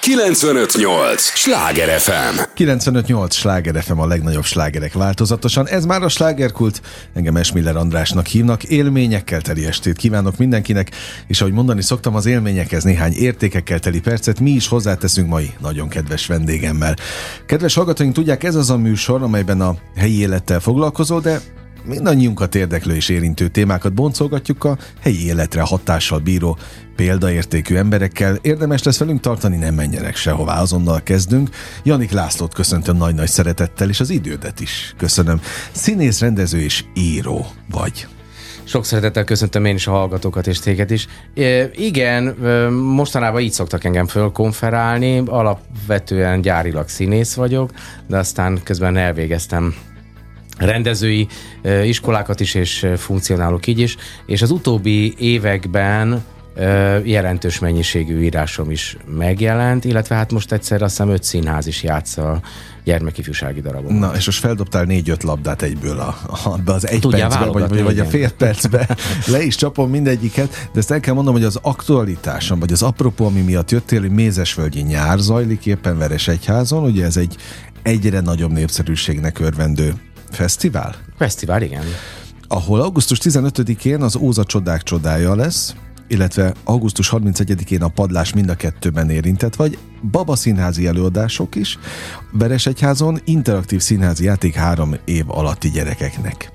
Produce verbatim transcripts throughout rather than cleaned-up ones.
kilencvenöt nyolc Sláger ef em. kilencvenöt nyolc Sláger ef em, a legnagyobb slágerek változatosan. Ez már a Slágerkult. Engem Esmiller Andrásnak hívnak. Élményekkel teli estét kívánok mindenkinek, és ahogy mondani szoktam, az élményekhez néhány értékekkel teli percet mi is hozzáteszünk mai nagyon kedves vendégemmel. Kedves hallgatóink, tudják, ez az a műsor, amelyben a helyi élettel foglalkozó, de mindannyiunkat érdeklő és érintő témákat boncolgatjuk a helyi életre hatással bíró példaértékű emberekkel. Érdemes lesz velünk tartani, nem menjenek sehová, azonnal kezdünk. Janik Lászlót köszöntöm nagy-nagy szeretettel, és az idődet is köszönöm. Színész, rendező és író vagy. Sok szeretettel köszöntöm én is a hallgatókat és téged is. E, igen, mostanában így szoktak engem fölkonferálni, alapvetően gyárilag színész vagyok, de aztán közben elvégeztem rendezői iskolákat is, és funkcionálok így is, és az utóbbi években jelentős mennyiségű írásom is megjelent, illetve hát most egyszer azt hiszem öt színház is játsza gyermekifjúsági darabon. Na, és most feldobtál négy-öt labdát egyből a, a, az egy Tudjál percbe, vagy, vagy, vagy a fél percbe. Le is csapom mindegyiket, de ezt el kell mondanom, hogy az aktualitásom, vagy az apropó, ami miatt jöttél, hogy Mézesvölgyi nyár zajlik éppen Veresegyházon, ugye ez egy egyre nagyobb népszerűségnek örvendő fesztivál? Fesztivál, igen. Ahol augusztus tizenötödikén az Óza csodák csodája lesz, illetve augusztus harmincegyedikén a Padlás mind a kettőben érintett vagy, babaszínházi előadások is, Veresegyházon interaktív színházi játék három év alatti gyerekeknek.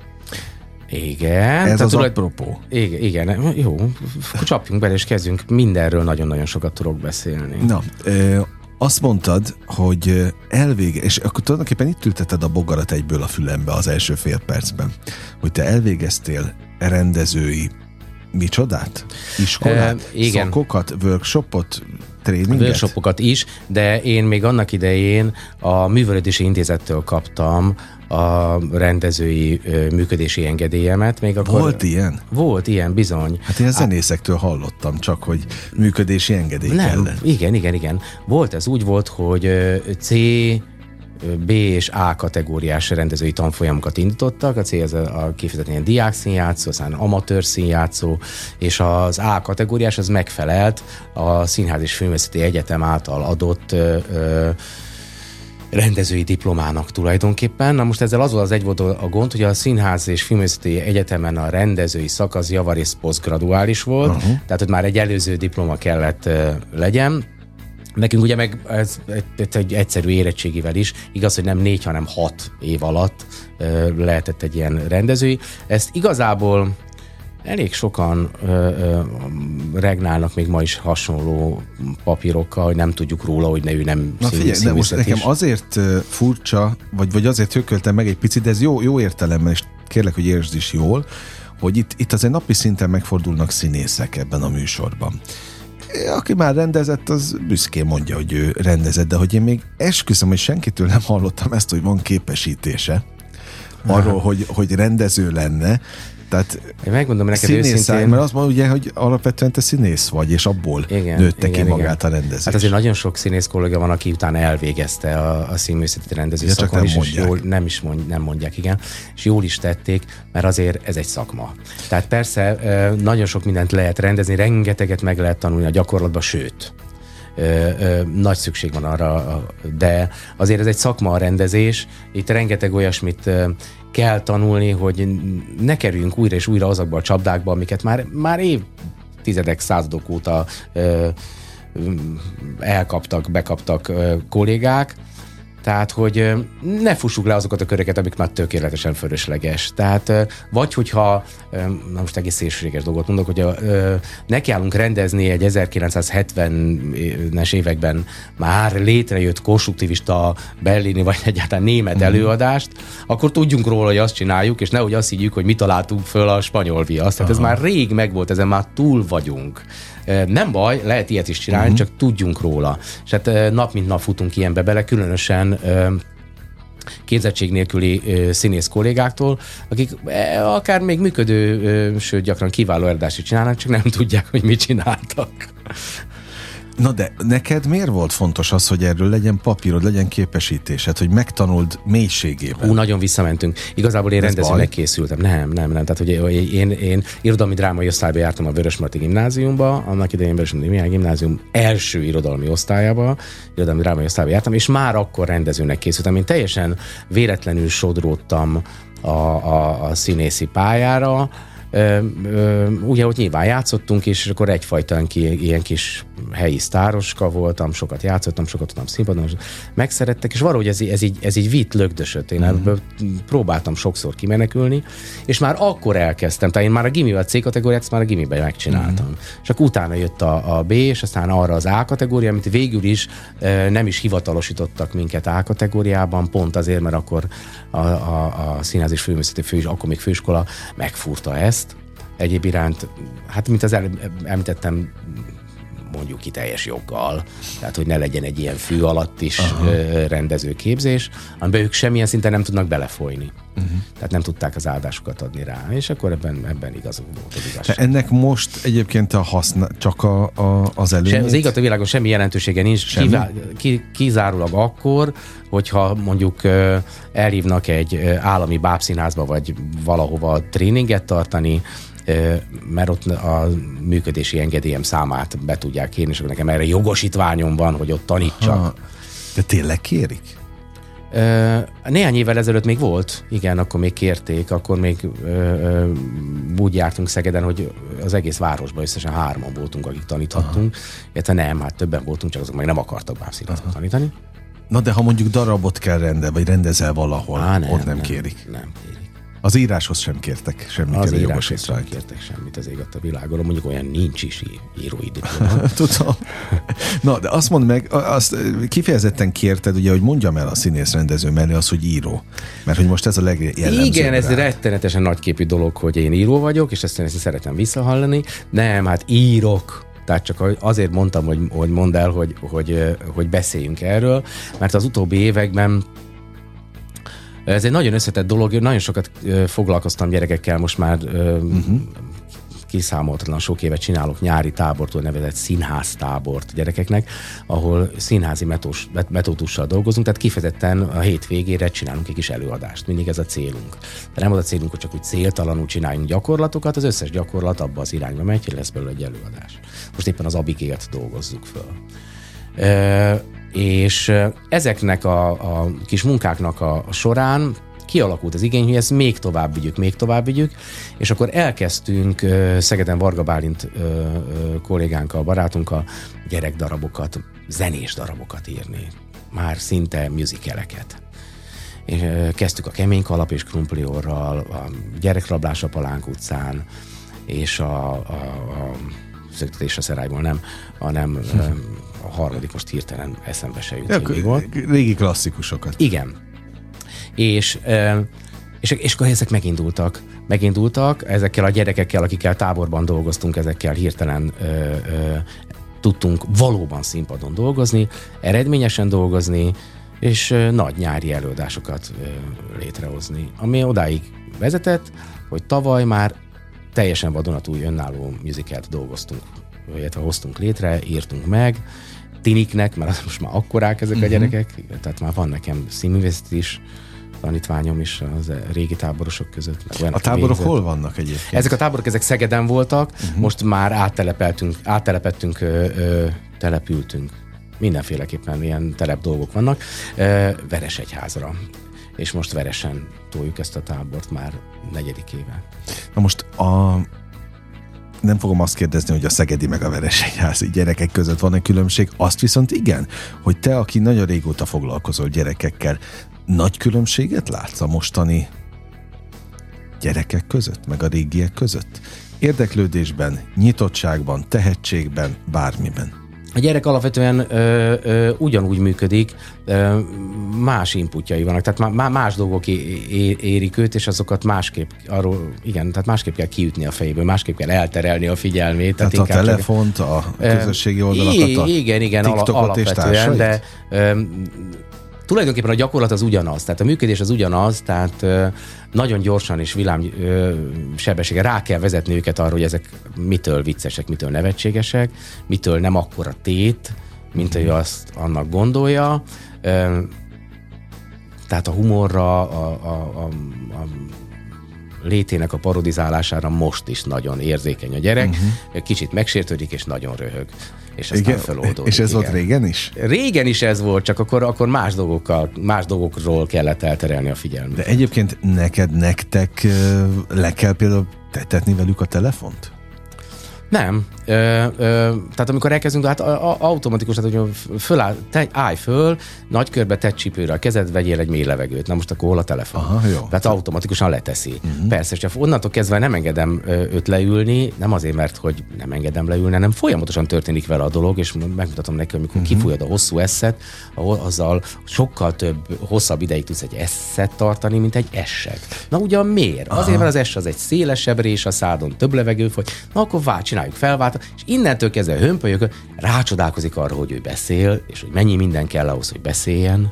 Igen. Ez az tulaj... apropó. Igen, igen, jó, csapjunk bele és kezdjünk, mindenről nagyon-nagyon sokat tudok beszélni. Na, e- azt mondtad, hogy elvége, és akkor tulajdonképpen itt ülteted a bogarat egyből a fülembe az első fél percben, hogy te elvégeztél rendezői micsodát? Iskolát? E, igen. Szakokat? Workshopot? Tréninget? Workshopokat is, de én még annak idején a Művelődési Intézettől kaptam a rendezői ö, működési engedélyemet. Még akkor volt ilyen? Volt ilyen, bizony. Hát én a zenészektől hallottam csak, hogy működési engedély Nem, kellett. Igen, igen, igen. Volt, ez úgy volt, hogy ö, C, B és A kategóriás rendezői tanfolyamokat indítottak. A C az a, a kifejezetten ilyen diákszínjátszó, aztán amatőr színjátszó, és az A kategóriás az megfelelt a Színház és Filmészeti Egyetem által adott ö, ö, rendezői diplomának tulajdonképpen. Na most ezzel az volt az egy volt a gond, hogy a Színház és Filmészeti Egyetemen a rendezői szakasz javarészt posztgraduális volt, uh-huh. tehát hogy már egy előző diploma kellett uh, legyen. Nekünk ugye meg ez egy, egy egyszerű érettségivel is, igaz, hogy nem négy, hanem hat év alatt uh, lehetett egy ilyen rendezői. Ezt igazából elég sokan ö, ö, regnálnak még ma is hasonló papírokkal, hogy nem tudjuk róla, hogy ne ő nem Na figyelj, de most nekem azért furcsa, vagy, vagy azért hököltem meg egy picit, de ez jó, jó értelemben, és kérlek, hogy értsd is jól, hogy itt, itt azért napi szinten megfordulnak színészek ebben a műsorban. Aki már rendezett, az büszkén mondja, hogy ő rendezett, de hogy én még esküszöm, hogy senkitől nem hallottam ezt, hogy van képesítése arról, hogy, hogy rendező lenne. Tehát én megmondom neked őszintén, őszintén, mert azt mondja, ugye, hogy alapvetően te színész vagy, és abból igen, nőtte igen, ki magát igen. a rendezés. Hát azért nagyon sok színész kolléga van, aki utána elvégezte a, a színművészeti rendező ja, szakon nem is, mondják. és jól, nem is mond, nem mondják, igen, és jól is tették, mert azért ez egy szakma. Tehát persze nagyon sok mindent lehet rendezni, rengeteget meg lehet tanulni a gyakorlatban, sőt, Ö, ö, nagy szükség van arra, de azért ez egy szakma a rendezés, itt rengeteg olyasmit ö, kell tanulni, hogy ne kerüljünk újra és újra azokba a csapdákba, amiket már, már évtizedek, századok óta ö, elkaptak, bekaptak ö, kollégák. Tehát, hogy ne fussuk le azokat a köröket, amik már tökéletesen fölösleges. Tehát, vagy hogyha, na most egész szélsőséges dolgot mondok, hogy nekiállunk rendezni egy ezerkilencszázhetvenes években már létrejött konstruktivista berlini, vagy egyáltalán német mm. előadást, akkor tudjunk róla, hogy azt csináljuk, és nehogy azt higgyük, hogy mi találtunk föl a spanyol viaszt. Tehát ez már rég megvolt, ezen már túl vagyunk. Nem baj, lehet ilyet is csinálni, uh-huh. csak tudjunk róla. És hát nap mint nap futunk ilyenbe bele, különösen képzettség nélküli színész kollégáktól, akik akár még működő, sőt gyakran kiváló előadást csinálnak, csak nem tudják, hogy mit csináltak. Na de neked miért volt fontos az, hogy erről legyen papírod, legyen képesítésed, hogy megtanuld mélységében? Hú, nagyon visszamentünk. Igazából én rendezőnek készültem. Nem, nem, nem. Tehát, hogy én, én irodalmi drámai osztályba jártam a Vörösmarty Gimnáziumba, annak idején Vörösmarty Gimnázium első irodalmi osztályába, irodalmi drámai osztályba jártam, és már akkor rendezőnek készültem. Én teljesen véletlenül sodródtam a, a, a színészi pályára. Ö, ö, ugye, hogy nyilván játszottunk, és akkor egyfajta ki, ilyen kis helyi sztároska voltam, sokat játszottam, sokat tudtam színpadon, megszerettek, és valahogy ez, ez, így, ez így vitt lögdösött. Én mm-hmm. ebből próbáltam sokszor kimenekülni, és már akkor elkezdtem, tehát én már a gimivel C kategóriát, ezt már a gimiben megcsináltam. Mm-hmm. És akkor utána jött a, a B, és aztán arra az A kategória, amit végül is e, nem is hivatalosítottak minket A kategóriában, pont azért, mert akkor a, a, a Színház és Filmművészeti Fő, akkor még főiskola megfúrta ezt. Egyéb iránt, hát mint az előbb említettem, mondjuk ki teljes joggal, tehát hogy ne legyen egy ilyen fű alatt is Aha. rendezőképzés, amiben ők semmilyen szinten nem tudnak belefolyni. Uh-huh. Tehát nem tudták az áldásukat adni rá, és akkor ebben, ebben igazuk volt az igazság. Ennek most egyébként a haszna, csak a, a, az előnyét? Sem, az igaz a világon semmi jelentősége nincs, semmi? Kivá, ki, kizárólag akkor, hogyha mondjuk elhívnak egy állami bábszínházba, vagy valahova tréninget tartani, mert ott a működési engedélyem számát be tudják kérni, és akkor nekem erre jogosítványom van, hogy ott tanítsak. Ha, de tényleg kérik? Néhány évvel ezelőtt még volt, igen, akkor még kérték, akkor még ö, ö, úgy jártunk Szegeden, hogy az egész városban összesen hárman voltunk, akik taníthattunk, illetve nem, hát többen voltunk, csak azok meg nem akartak bábszínházban tanítani. Na de ha mondjuk darabot kell rendel, vagy rendezel valahol, Á, nem, ott nem, nem kérik. Nem kérik. Az íráshoz sem kértek semmit. Az íráshoz sem kértek semmit az ég a világon, mondjuk olyan nincs is írói diploma. Tudom. Na, de azt mondd meg, azt kifejezetten kérted, ugye, hogy mondjam el a színész rendező mellé az, hogy író. Mert hogy most ez a legjellemzőbb. Igen, ez rá. Rettenetesen nagyképű dolog, hogy én író vagyok, és ezt, ezt szeretem visszahallani. Nem, hát írok. Tehát csak azért mondtam, hogy, hogy mondd el, hogy, hogy, hogy beszéljünk erről, mert az utóbbi években ez egy nagyon összetett dolog, nagyon sokat foglalkoztam gyerekekkel, most már uh-huh. kiszámoltatlan sok évet csinálok nyári tábortól nevezett színháztábort gyerekeknek, ahol színházi metós, metódussal dolgozunk, tehát kifejezetten a hét végére csinálunk egy kis előadást. Mindig ez a célunk. De nem az a célunk, hogy csak úgy céltalanul csináljunk gyakorlatokat, az összes gyakorlat abba az irányba megy, hogy lesz belőle egy előadás. Most éppen az Abigélt dolgozzuk föl. E- és ezeknek a, a kis munkáknak a, a során kialakult az igény, hogy ezt még tovább vigyük, még tovább vigyük, és akkor elkezdtünk uh, Szegeden Varga Bálint uh, uh, kollégánkkal, barátunkkal gyerekdarabokat, zenés darabokat írni. Már szinte musicaleket. És uh, kezdtük a Kemény kalap és krumpliorral, a Gyerekrablás a Palánk utcán, és a, a, a Szöktetés a Szerályból nem, hanem um, a harmadik most hirtelen eszembe se jut, hogy mi volt. Régi klasszikusokat. Igen. És, és, és akkor ezek megindultak. Megindultak ezekkel a gyerekekkel, akikkel táborban dolgoztunk, ezekkel hirtelen ö, ö, tudtunk valóban színpadon dolgozni, eredményesen dolgozni, és ö, nagy nyári előadásokat ö, létrehozni. Ami odáig vezetett, hogy tavaly már teljesen vadonatúj önálló musicalt dolgoztunk, illetve hoztunk létre, írtunk meg, tiniknek, mert most már akkorák ezek uh-huh. a gyerekek, tehát már van nekem színművészet is, tanítványom is az régi táborosok között. A táborok végzett. Hol vannak egyébként? Ezek a táborok, ezek Szegeden voltak, uh-huh. most már áttelepeltünk, áttelepettünk, ö, ö, települtünk. Mindenféleképpen ilyen telep dolgok vannak. Ö, Veresegyházra. És most Veresen toljuk ezt a tábort már negyedik éve. Na most a... nem fogom azt kérdezni, hogy a szegedi meg a veresegyházi gyerekek között van-e különbség. Azt viszont igen, hogy te, aki nagyon régóta foglalkozol gyerekekkel, nagy különbséget látsz a mostani gyerekek között, meg a régiek között? Érdeklődésben, nyitottságban, tehetségben, bármiben. A gyerek alapvetően ö, ö, ugyanúgy működik, ö, más inputjai vannak, tehát má, más dolgok é, érik őt, és azokat másképp, arról, igen, tehát másképp kell kiütni a fejéből, másképp kell elterelni a figyelmét. Tehát, tehát a telefont, csak, a közösségi oldalakat, a igen, igen, TikTokot alapvetően, de ö, tulajdonképpen a gyakorlat az ugyanaz, tehát a működés az ugyanaz, tehát ö, nagyon gyorsan és vilám ö, sebességgel rá kell vezetni őket arra, hogy ezek mitől viccesek, mitől nevetségesek, mitől nem akkora tét, mint hogy azt annak gondolja. Ö, tehát a humorra, a, a, a, a létének a parodizálására most is nagyon érzékeny a gyerek, uh-huh. kicsit megsértődik, és nagyon röhög. És aztán feloldódik. És ez igen. volt régen is? Régen is ez volt, csak akkor, akkor más dolgokkal, más dolgokról kellett elterelni a figyelmet. De egyébként neked, nektek le kell például tetetni velük a telefont? Nem. Ö, ö, tehát amikor elkezdünk, hát a, a, automatikus, tehát hogy föláll, te, állj föl, nagy körbe tedd csípőre a kezed, vegyél egy mély levegőt. Na most akkor hol a telefon? Aha, jó. Tehát automatikusan leteszi. Uh-huh. Persze, és onnantól kezdve nem engedem őt leülni, nem azért, mert hogy nem engedem leülni, hanem folyamatosan történik vele a dolog, és megmutatom neki, amikor uh-huh. kifújod a hosszú eszet, ahol azzal sokkal több, hosszabb ideig tudsz egy eszet tartani, mint egy esset. Na ugyan miért? Aha. Azért, mert az ess az egy szélesebb rés, a szádon több levegő fogy, na akkor vár, csináljuk felvált, és innentől kezdve hömpölyök, rácsodálkozik arra, hogy ő beszél, és hogy mennyi minden kell ahhoz, hogy beszéljen,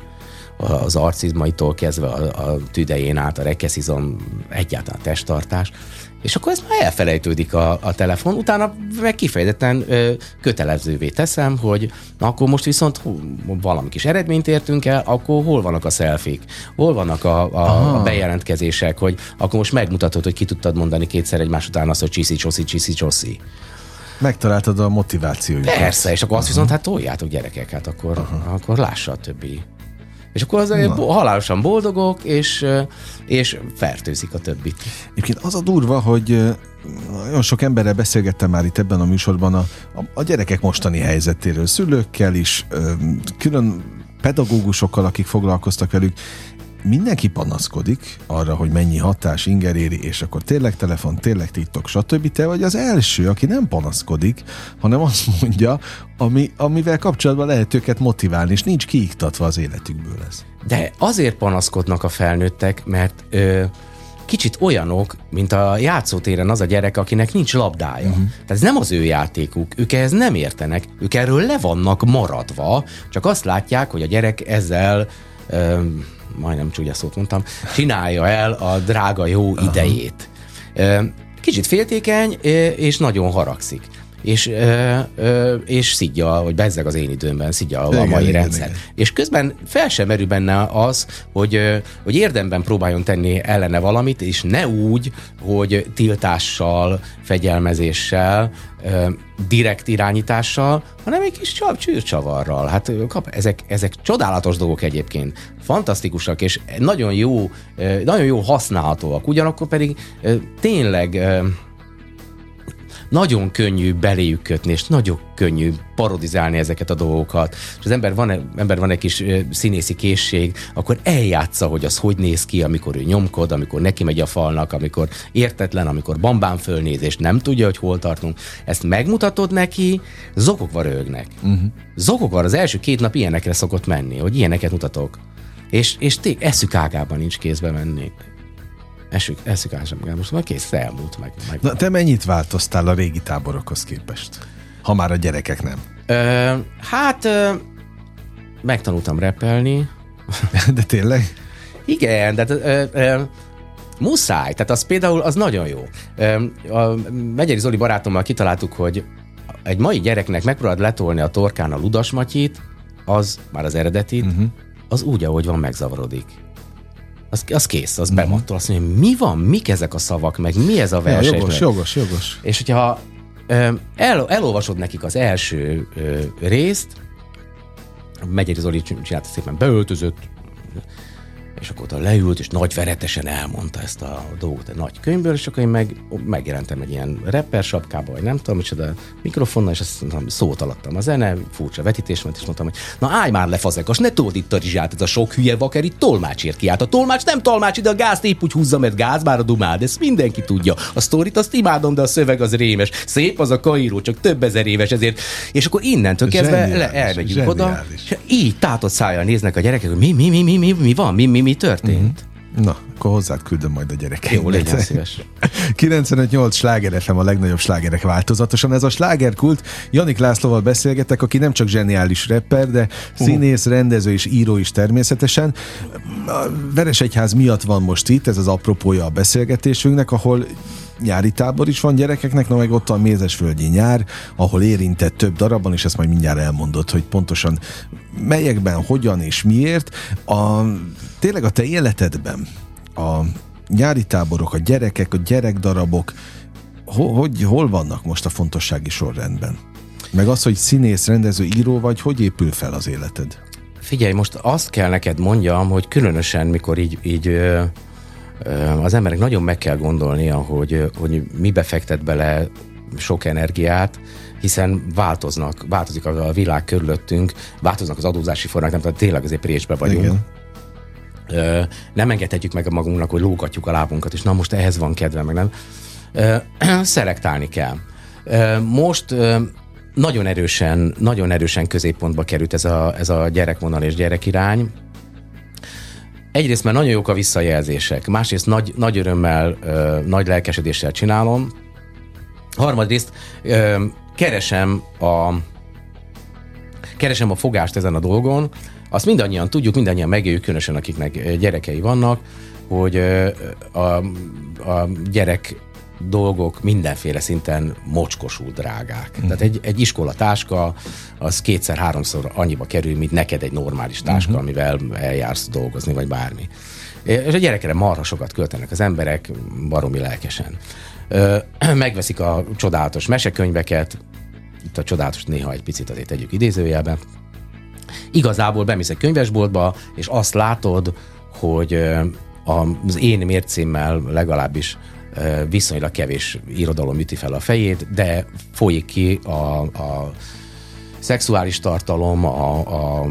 az arcizmaitól kezdve a, a tüdején át, a rekeszizom, egyáltalán a testtartás, és akkor ez már elfelejtődik a, a telefon, utána meg kifejezetten ö, kötelezővé teszem, hogy na akkor most viszont hú, valami kis eredményt értünk el, akkor hol vannak a szelfik, hol vannak a, a, a bejelentkezések, hogy akkor most megmutatod, hogy ki tudtad mondani kétszer egymás után azt, hogy csiszi, csoszi, csiszi, csoszi. Megtaláltad a motivációjukat. Persze, és akkor azt viszont hát toljátok gyerekek, hát akkor, akkor lássa a többi. És akkor az halálosan boldogok, és, és fertőzik a többit. Egyébként az a durva, hogy nagyon sok emberrel beszélgettem már itt ebben a műsorban a, a, a gyerekek mostani helyzetéről, szülőkkel is, külön pedagógusokkal, akik foglalkoztak velük. Mindenki panaszkodik arra, hogy mennyi hatás inger éri, és akkor tényleg telefon, tényleg TikTok, stb. Te vagy az első, aki nem panaszkodik, hanem azt mondja, ami, amivel kapcsolatban lehet őket motiválni, és nincs kiiktatva az életükből ez. De azért panaszkodnak a felnőttek, mert ö, kicsit olyanok, mint a játszótéren az a gyerek, akinek nincs labdája. Uh-huh. Tehát ez nem az ő játékuk, ők ehhez nem értenek, ők erről le vannak maradva, csak azt látják, hogy a gyerek ezzel ö, majdnem csúnya szót mondtam, csinálja el a drága jó Aha. idejét. Kicsit féltékeny, és nagyon haragszik. És, és szidja, hogy bezzeg az én időmben, szidja a igen, mai igen, rendszer. Igen. És közben fel sem merül benne az, hogy, hogy érdemben próbáljon tenni ellene valamit, és ne úgy, hogy tiltással, fegyelmezéssel, direkt irányítással, hanem egy kis csűrcsavarral. Hát kap, ezek, ezek csodálatos dolgok egyébként. Fantasztikusak, és nagyon jó, nagyon jó használhatóak. Ugyanakkor pedig tényleg nagyon könnyű beléjük kötni, és nagyon könnyű parodizálni ezeket a dolgokat. És az ember van, ember van egy kis színészi készség, akkor eljátsza, hogy az hogy néz ki, amikor ő nyomkod, amikor neki megy a falnak, amikor értetlen, amikor bambán fölnéz, és nem tudja, hogy hol tartunk. Ezt megmutatod neki, zokogva röhögnek. Uh-huh. Zokogva az első két nap ilyenekre szokott menni, hogy ilyeneket mutatok. És, és té- eszük ágában nincs kézbe menni. Esük, eszük ágában. Most már kész, elmúlt meg. meg. Na, te mennyit változtál a régi táborokhoz képest? Ha már a gyerekek nem. Ö, hát ö, megtanultam rappelni. De tényleg? Igen, de ö, ö, muszáj. Tehát az például az nagyon jó. Ö, a Megyeri Zoli barátommal kitaláltuk, hogy egy mai gyereknek megpróbáld letolni a torkán a Ludas Matyit, az már az eredetit, uh-huh. az úgy, ahogy van, megzavarodik. Az, az kész, az uh-huh. bemattol, azt mondja, mi van, mik ezek a szavak, meg mi ez a verseny. Ja, jogos, jogos, jogos. És hogyha el, elolvasod nekik az első ö, részt, Megyeri Zoli csinálta szépen, beöltözött, és akkor oda leült, és nagy veretesen elmondta ezt a dolgot egy nagy könyvből, és akkor én meg megjelentem egy ilyen rapper sapkába, vagy nem tudom, micsoda mikrofonnal, és azt mondtam, szót alattam a zene, furcsa vetítés ment, és mondtam, hogy na állj már le, fazekas, ne told itt a rizsát, ez a sok hülye vaker, itt tolmácsért kiállt. A tolmács nem tolmács, ide a gázt épp úgy húzza, mert gáz már a dumád, ezt mindenki tudja. A sztorit azt imádom, de a szöveg az rémes. Szép az a Kairó, csak több ezer éves, ezért. És akkor innentől kezdve le, elmegyünk oda, és így tátott szájjal néznek a gyerekek, hogy mi, mi, mi, mi, mi, mi van, mi, mi, mi történt. Uh-huh. Na, akkor hozzád küldöm majd a gyerekeimet. Jó, legyen szíves. kilencvenöt nyolc Sláger ef em, a legnagyobb slágerek változatosan. Ez a slágerkult. Janik Lászlóval beszélgetek, aki nem csak zseniális rapper, de színész, rendező és író is természetesen. A Veresegyház miatt van most itt, ez az apropója a beszélgetésünknek, ahol nyári tábor is van gyerekeknek, na meg ott a Mézesvölgyi nyár, ahol érintett több darabban, és ezt majd mindjárt elmondod, hogy pontosan melyekben, hogyan és miért. A, tényleg a te életedben a nyári táborok, a gyerekek, a gyerekdarabok, ho, hogy, hol vannak most a fontossági sorrendben? Meg az, hogy színész, rendező, író vagy, hogy épül fel az életed? Figyelj, most azt kell neked mondjam, hogy különösen, mikor így, így ö, ö, az emberek nagyon meg kell gondolnia, hogy, hogy mibe fektet bele sok energiát, hiszen változnak, változik a világ körülöttünk, változnak az adózási formák, nem tudom, tényleg azért présbe vagyunk. Igen. Ö, nem engedhetjük meg magunknak, hogy lógatjuk a lábunkat, és na most ehhez van kedve, meg nem. Ö, szelektálni kell. Ö, most ö, nagyon erősen, nagyon erősen középpontba került ez a, ez a gyerekvonal és gyerekirány. Egyrészt mert nagyon jók a visszajelzések, másrészt nagy, nagy örömmel, ö, nagy lelkesedéssel csinálom. Harmadrészt ö, keresem a keresem a fogást ezen a dolgon. Azt mindannyian tudjuk, mindannyian megéljük, különösen akiknek gyerekei vannak, hogy a, a gyerek dolgok mindenféle szinten mocskosul drágák. Uh-huh. Tehát egy, egy iskolatáska az kétszer-háromszor annyiba kerül, mint neked egy normális táska, uh-huh. amivel eljársz dolgozni, vagy bármi. És a gyerekre marha sokat költenek az emberek, baromi lelkesen. Megveszik a csodálatos mesekönyveket, itt a csodálatos néha egy picit azért tegyük idézőjelbe. Igazából bemész egy könyvesboltba, és azt látod, hogy az én mércémmel legalábbis viszonylag kevés irodalom üti fel a fejét, de folyik ki a, a szexuális tartalom, a, a, a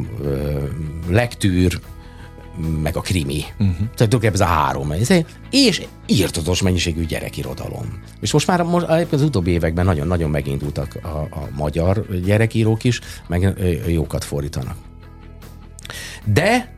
lektűr, meg a krimi. Uh-huh. Tehát ez a három. És írtozatos mennyiségű gyerekirodalom. És most már most, az utóbbi években nagyon-nagyon megindultak a, a magyar gyerekírók is, meg jókat fordítanak. De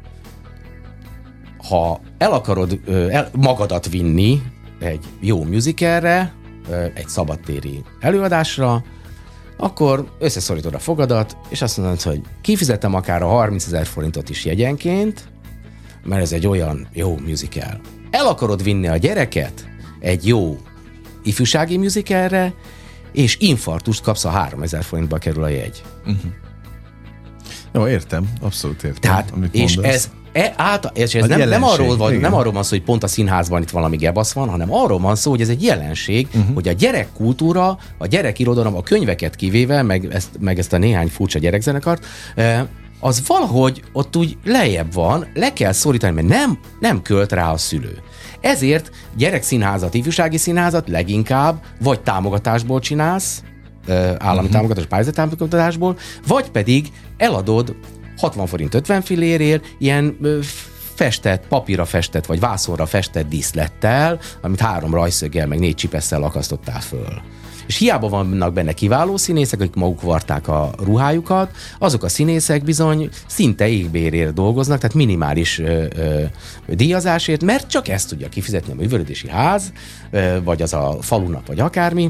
ha el akarod el, magadat vinni egy jó musicalre, egy szabadtéri előadásra, akkor összeszorítod a fogadat, és azt mondod, hogy kifizetem akár a harmincezer forintot is jegyenként, mert ez egy olyan jó musical. El akarod vinni a gyereket egy jó ifjúsági musicalre, és infarktust kapsz, a háromezer forintba kerül a jegy. Uh-huh. Jó, értem, abszolút értem. Tehát, és mondasz. ez E, át, és ez nem, nem, arról van, nem arról van szó, hogy pont a színházban itt valami gebasz van, hanem arról van szó, hogy ez egy jelenség, uh-huh. hogy a gyerekkultúra, a gyerekirodalom, a könyveket kivéve, meg ezt, meg ezt a néhány furcsa gyerekzenekart, az valahogy ott úgy lejjebb van, le kell szorítani, mert nem, nem költ rá a szülő. Ezért gyerekszínházat, ifjúsági színházat leginkább vagy támogatásból csinálsz, állami uh-huh. támogatás, pályázati támogatásból, vagy pedig eladod hatvan forint ötven fillérért ilyen ö, festett, papírra festett, vagy vászonra festett díszlettel, amit három rajszöggel, meg négy csipesszel akasztottál föl. És hiába vannak benne kiváló színészek, akik maguk varták a ruhájukat, azok a színészek bizony szinte égbérért dolgoznak, tehát minimális ö, ö, díjazásért, mert csak ezt tudja kifizetni a művelődési ház, ö, vagy az a falunap, vagy akármi,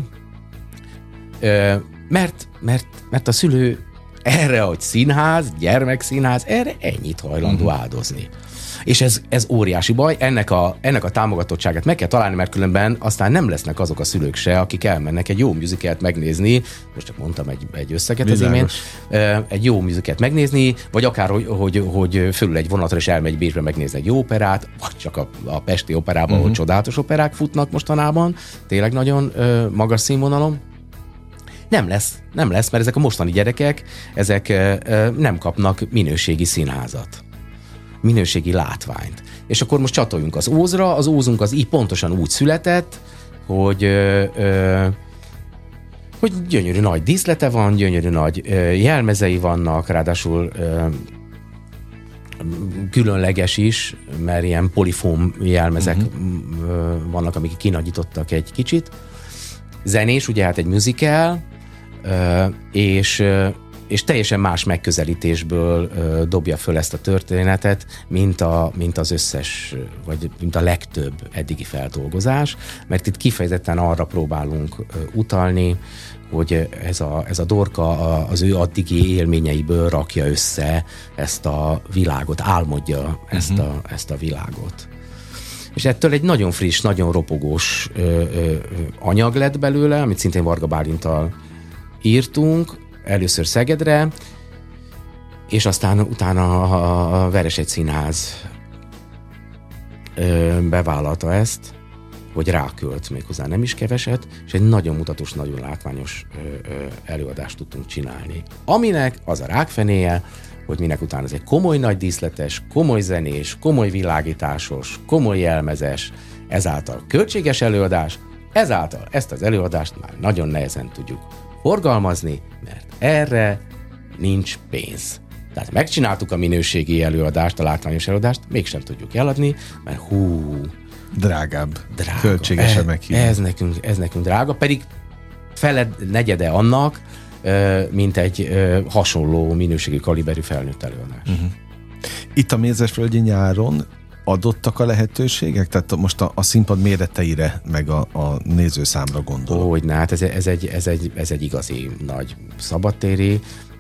ö, mert, mert, mert a szülő erre, hogy színház, gyermekszínház, erre ennyit hajlandó uh-huh. áldozni. És ez, ez óriási baj, ennek a, ennek a támogatottságát meg kell találni, mert különben aztán nem lesznek azok a szülők se, akik elmennek egy jó musicalt megnézni, most csak mondtam egy, egy összeget az imént, egy jó musicalt megnézni, vagy akár, hogy, hogy, hogy fölül egy vonatra és elmegy Bécsbe megnézni egy jó operát, vagy csak a, a pesti operában, uh-huh. ahol csodálatos operák futnak mostanában, tényleg nagyon ö, magas színvonalon. Nem lesz, nem lesz, mert ezek a mostani gyerekek, ezek ö, ö, nem kapnak minőségi színházat, minőségi látványt. És akkor most csatoljunk az Ózra, az Ózunk az így pontosan úgy született, hogy, ö, ö, hogy gyönyörű nagy díszlete van, gyönyörű nagy ö, jelmezei vannak, ráadásul ö, különleges is, mert ilyen polifóm jelmezek uh-huh. vannak, amik kinagyítottak egy kicsit. Zenés, ugye hát egy musical, és, és teljesen más megközelítésből ö, dobja föl ezt a történetet, mint, a, mint az összes, vagy mint a legtöbb eddigi feldolgozás, mert itt kifejezetten arra próbálunk ö, utalni, hogy ez a, ez a Dorka a, az ő addigi élményeiből rakja össze ezt a világot, álmodja ezt, uh-huh. a, ezt a világot. És ettől egy nagyon friss, nagyon ropogós ö, ö, anyag lett belőle, amit szintén Varga Bálinttal írtunk, először Szegedre, és aztán utána a Veresegy Színház ö, bevállalta ezt, hogy rákölt méghozzá nem is keveset, és egy nagyon mutatós, nagyon látványos ö, ö, előadást tudtunk csinálni. Aminek az a rákfenéje, hogy minek után ez egy komoly nagy díszletes, komoly zenés, komoly világításos, komoly jelmezes, ezáltal költséges előadás, ezáltal ezt az előadást már nagyon nehezen tudjuk forgalmazni, mert erre nincs pénz. Tehát megcsináltuk a minőségi előadást, a látványos előadást, mégsem tudjuk eladni, mert hú... Drágább. Drága. Költségesen e, meghívni. Ez nekünk, ez nekünk drága, pedig feled, negyede annak, mint egy hasonló minőségi kaliberű felnőtt előadás. Uh-huh. Itt a Mézesvölgyi nyáron adottak a lehetőségek? Tehát most a, a színpad méreteire, meg a, a nézőszámra gondolom. Hogyne, hát ez, ez, egy, ez, egy, ez egy igazi nagy szabadtéri,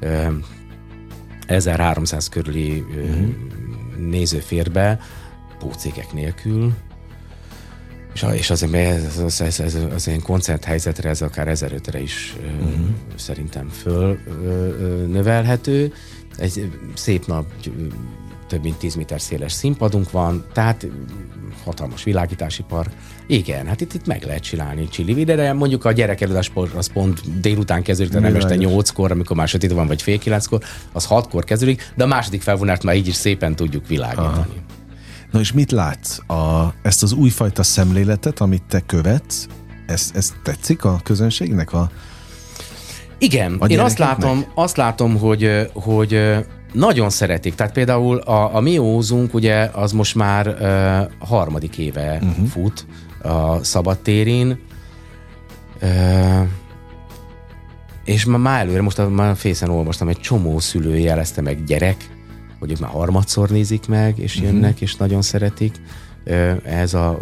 ezerháromszáz körüli uh-huh. néző fér be, pócékek nélkül, és, és azért ez, ez, ez, ez, az ilyen koncerthelyzetre ez akár ezerötre is uh-huh. szerintem föl növelhető. Egy szép nap, több mint tíz méter széles színpadunk van, tehát hatalmas világítási park. Igen, hát itt, itt meg lehet csinálni Csili videre. Mondjuk a gyerekelődés az pont délután kezdődik, de nem este nyolckor, amikor már sötét van, vagy fél kilenckor, az hatkor kezdődik, de a második felvonást már így is szépen tudjuk világítani. Aha. Na és mit látsz? A, ezt az újfajta szemléletet, amit te követsz, ez, ez tetszik a közönségnek? A, Igen, a én azt látom, azt látom, hogy, hogy nagyon szeretik. Tehát például a, a mi ózunk, ugye, az most már uh, harmadik éve uh-huh. fut a szabadtérin, uh, és már, már előre, most a, már a Fészen olvastam, egy csomó szülő jelezte meg gyerek, hogy ők már harmadszor nézik meg, és jönnek, uh-huh. és nagyon szeretik. Ez a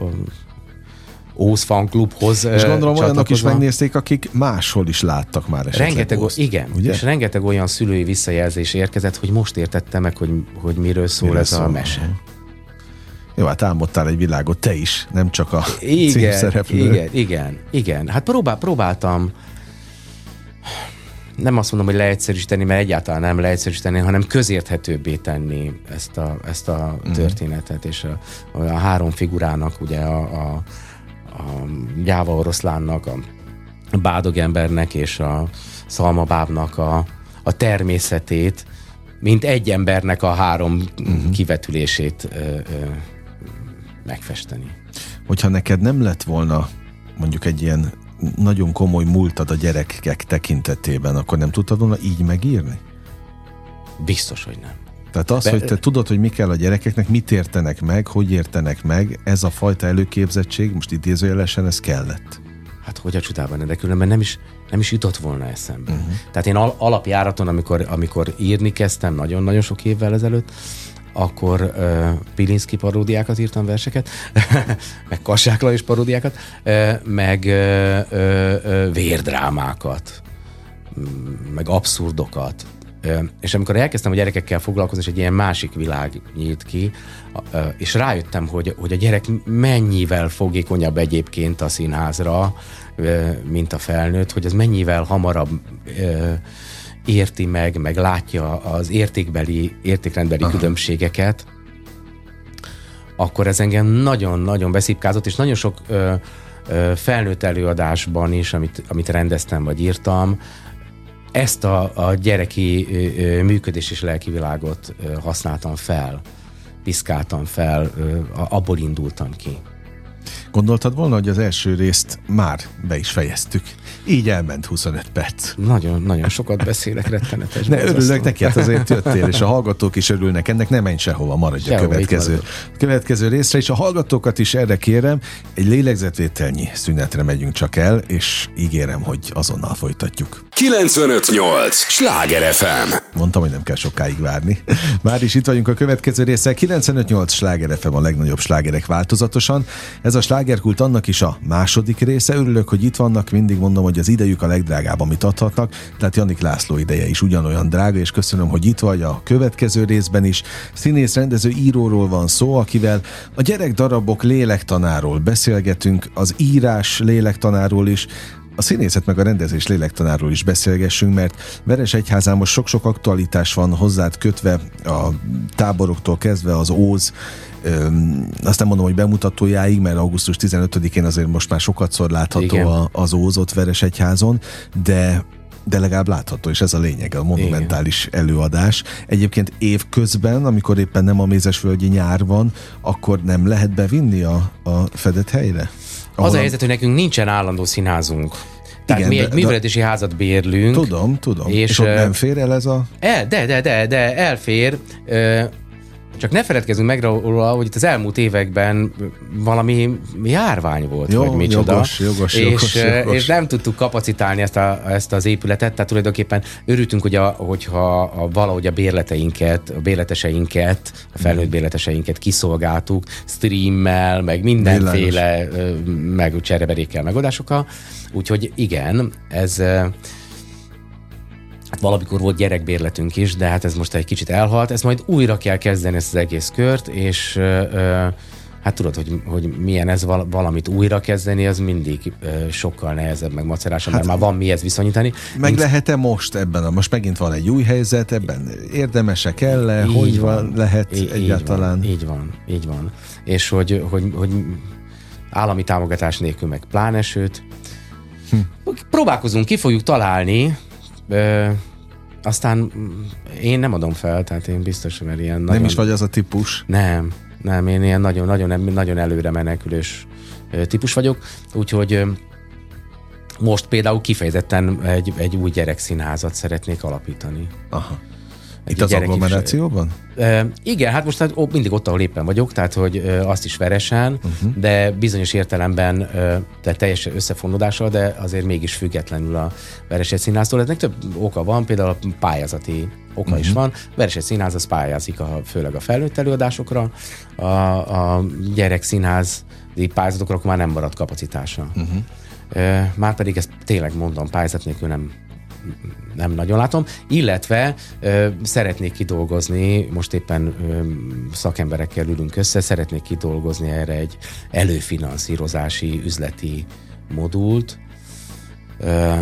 Óz Fan Klubhoz és gondolom olyanok is megnézték, akik máshol is láttak már esetleg rengeteg, Ózt. Igen, ugye? És rengeteg olyan szülői visszajelzés érkezett, hogy most értette meg, hogy, hogy miről szól miről ez szól? a mese. Uh-huh. Jó, hát álmodtál egy világot te is, nem csak a igen, címszereplő. Igen, igen, igen. Hát próbál, próbáltam nem azt mondom, hogy leegyszerűsíteni, mert egyáltalán nem leegyszerűsíteni, hanem közérthetőbbé tenni ezt a, ezt a uh-huh. történetet, és a, a három figurának, ugye a, a, a Gyáva oroszlánnak, a bádogembernek és a szalmabábnak a, a természetét, mint egy embernek a három uh-huh. kivetülését ö, ö, megfesteni. Hogyha neked nem lett volna mondjuk egy ilyen nagyon komoly múltad a gyerekek tekintetében, akkor nem tudtad volna így megírni? Biztos, hogy nem. Tehát az, Be... hogy te tudod, hogy mi kell a gyerekeknek, mit értenek meg, hogy értenek meg, ez a fajta előképzettség, most idézőjelesen, ez kellett. Hát hogy a csodában, de különben nem is, nem is jutott volna eszembe. Uh-huh. Tehát én al- alapjáraton, amikor, amikor írni kezdtem, nagyon-nagyon sok évvel ezelőtt, akkor uh, Pilinszky paródiákat írtam, verseket, meg Kassák Lajos paródiákat, uh, meg uh, uh, vérdrámákat, meg abszurdokat. Uh, és amikor elkezdtem a gyerekekkel foglalkozni, és egy ilyen másik világ nyílt ki, uh, és rájöttem, hogy, hogy a gyerek mennyivel fogékonyabb egyébként a színházra, uh, mint a felnőtt, hogy az mennyivel hamarabb uh, érti meg, meg látja az értékbeli, értékrendbeli Aha. különbségeket, akkor ez engem nagyon-nagyon beszipkázott, és nagyon sok ö, ö, felnőtt előadásban is, amit, amit rendeztem, vagy írtam, ezt a, a gyereki ö, működés és lelkivilágot ö, használtam fel, piszkáltam fel, ö, abból indultam ki. Gondoltad volna, hogy az első részt már be is fejeztük? Így elment huszonöt perc. Nagyon, nagyon sokat beszélek, rettenetes. Ne, örülök neki, hát azért jöttél, és a hallgatók is örülnek ennek, nem menj sehova, maradj a következő, következő részre, és a hallgatókat is erre kérem, egy lélegzetvételnyi szünetre megyünk csak el, és ígérem, hogy azonnal folytatjuk. kilencvenöt nyolc Sláger ef em. Mondtam, hogy nem kell sokáig várni. Már is itt vagyunk a következő résszel. kilencvenöt nyolc Sláger ef em, a legnagyobb slágerek változatosan. Ez a slágerkult, annak is a második része. Örülök, hogy itt vannak, mindig mondom, hogy az idejük a legdrágább, amit adhatnak. Tehát Janik László ideje is ugyanolyan drága, és köszönöm, hogy itt vagy a következő részben is. Színész, rendező, íróról van szó, akivel a gyerekdarabok lélektanáról beszélgetünk, az írás lélektanáról is, a színészet meg a rendezés lélektanáról is beszélgessünk, mert Veresegyházán most sok-sok aktualitás van hozzád kötve, a táboroktól kezdve az Óz, öm, azt nem mondom, hogy bemutatójáig, mert augusztus tizenötödikén azért most már sokatszor látható a, az Ózot Veresegyházon, de de legalább látható, és ez a lényeg, a monumentális igen. előadás. Egyébként évközben, amikor éppen nem a Mézesvölgyi nyár van, akkor nem lehet bevinni a, a fedett helyre? Az a helyzet, hogy nekünk nincsen állandó színházunk. Tehát igen, mi egy művelődési házat bérlünk. Tudom, tudom. És, és ott nem fér el ez a... El, de, de, de, de elfér. Csak ne feledkezzünk meg róla, hogy itt az elmúlt években valami járvány volt, Jó, vagy micsoda. Jogos, jogos, és, jogos, jogos. és nem tudtuk kapacitálni ezt, a, ezt az épületet, tehát tulajdonképpen örültünk, hogy a, hogyha a, valahogy a bérleteinket, a bérleteseinket, a felnőtt bérleteseinket kiszolgáltuk, streammel, meg mindenféle, meg csereverékkel, megoldásokkal. Úgyhogy igen, ez... Hát valamikor volt gyerekbérletünk is, de hát ez most egy kicsit elhalt. Ezt majd újra kell kezdeni, ezt az egész kört, és ö, hát tudod, hogy, hogy milyen ez valamit újra kezdeni, az mindig ö, sokkal nehezebb, meg macerásabb, hát, mert már van mihez viszonyítani. Meg Nincs... lehet-e most ebben, a, most megint van egy új helyzet, ebben érdemese kell-e, így hogy van, van lehet így egyáltalán? Van, így van, így van. És hogy, hogy, hogy állami támogatás nélkül meg pláne, sőt, hm. próbálkozunk, ki fogjuk találni. Ö, aztán én nem adom fel, tehát én biztos, mert ilyen nagyon... Nem is vagy az a típus? Nem, nem, én ilyen nagyon, nagyon, nagyon előre menekülős típus vagyok, úgyhogy most például kifejezetten egy, egy új gyerekszínházat szeretnék alapítani. Aha. Itt az agglomerációban? E, igen, hát most hát, ó, mindig ott, ahol éppen vagyok, tehát hogy e, azt is Veresen, uh-huh. de bizonyos értelemben e, tehát teljes összefonódással, de azért mégis függetlenül a Veresegy Színháztól. Ennek több oka van, például a pályázati oka uh-huh. is van. Veresegy Színház az pályázik a, főleg a felnőtt előadásokra, a, a gyerekszínházi pályázatokra akkor már nem marad kapacitása. Uh-huh. E, Márpedig ezt tényleg mondom, pályázat nélkül nem nem nagyon látom, illetve ö, szeretnék kidolgozni, most éppen ö, szakemberekkel ülünk össze, szeretnék kidolgozni erre egy előfinanszírozási üzleti modult, ö,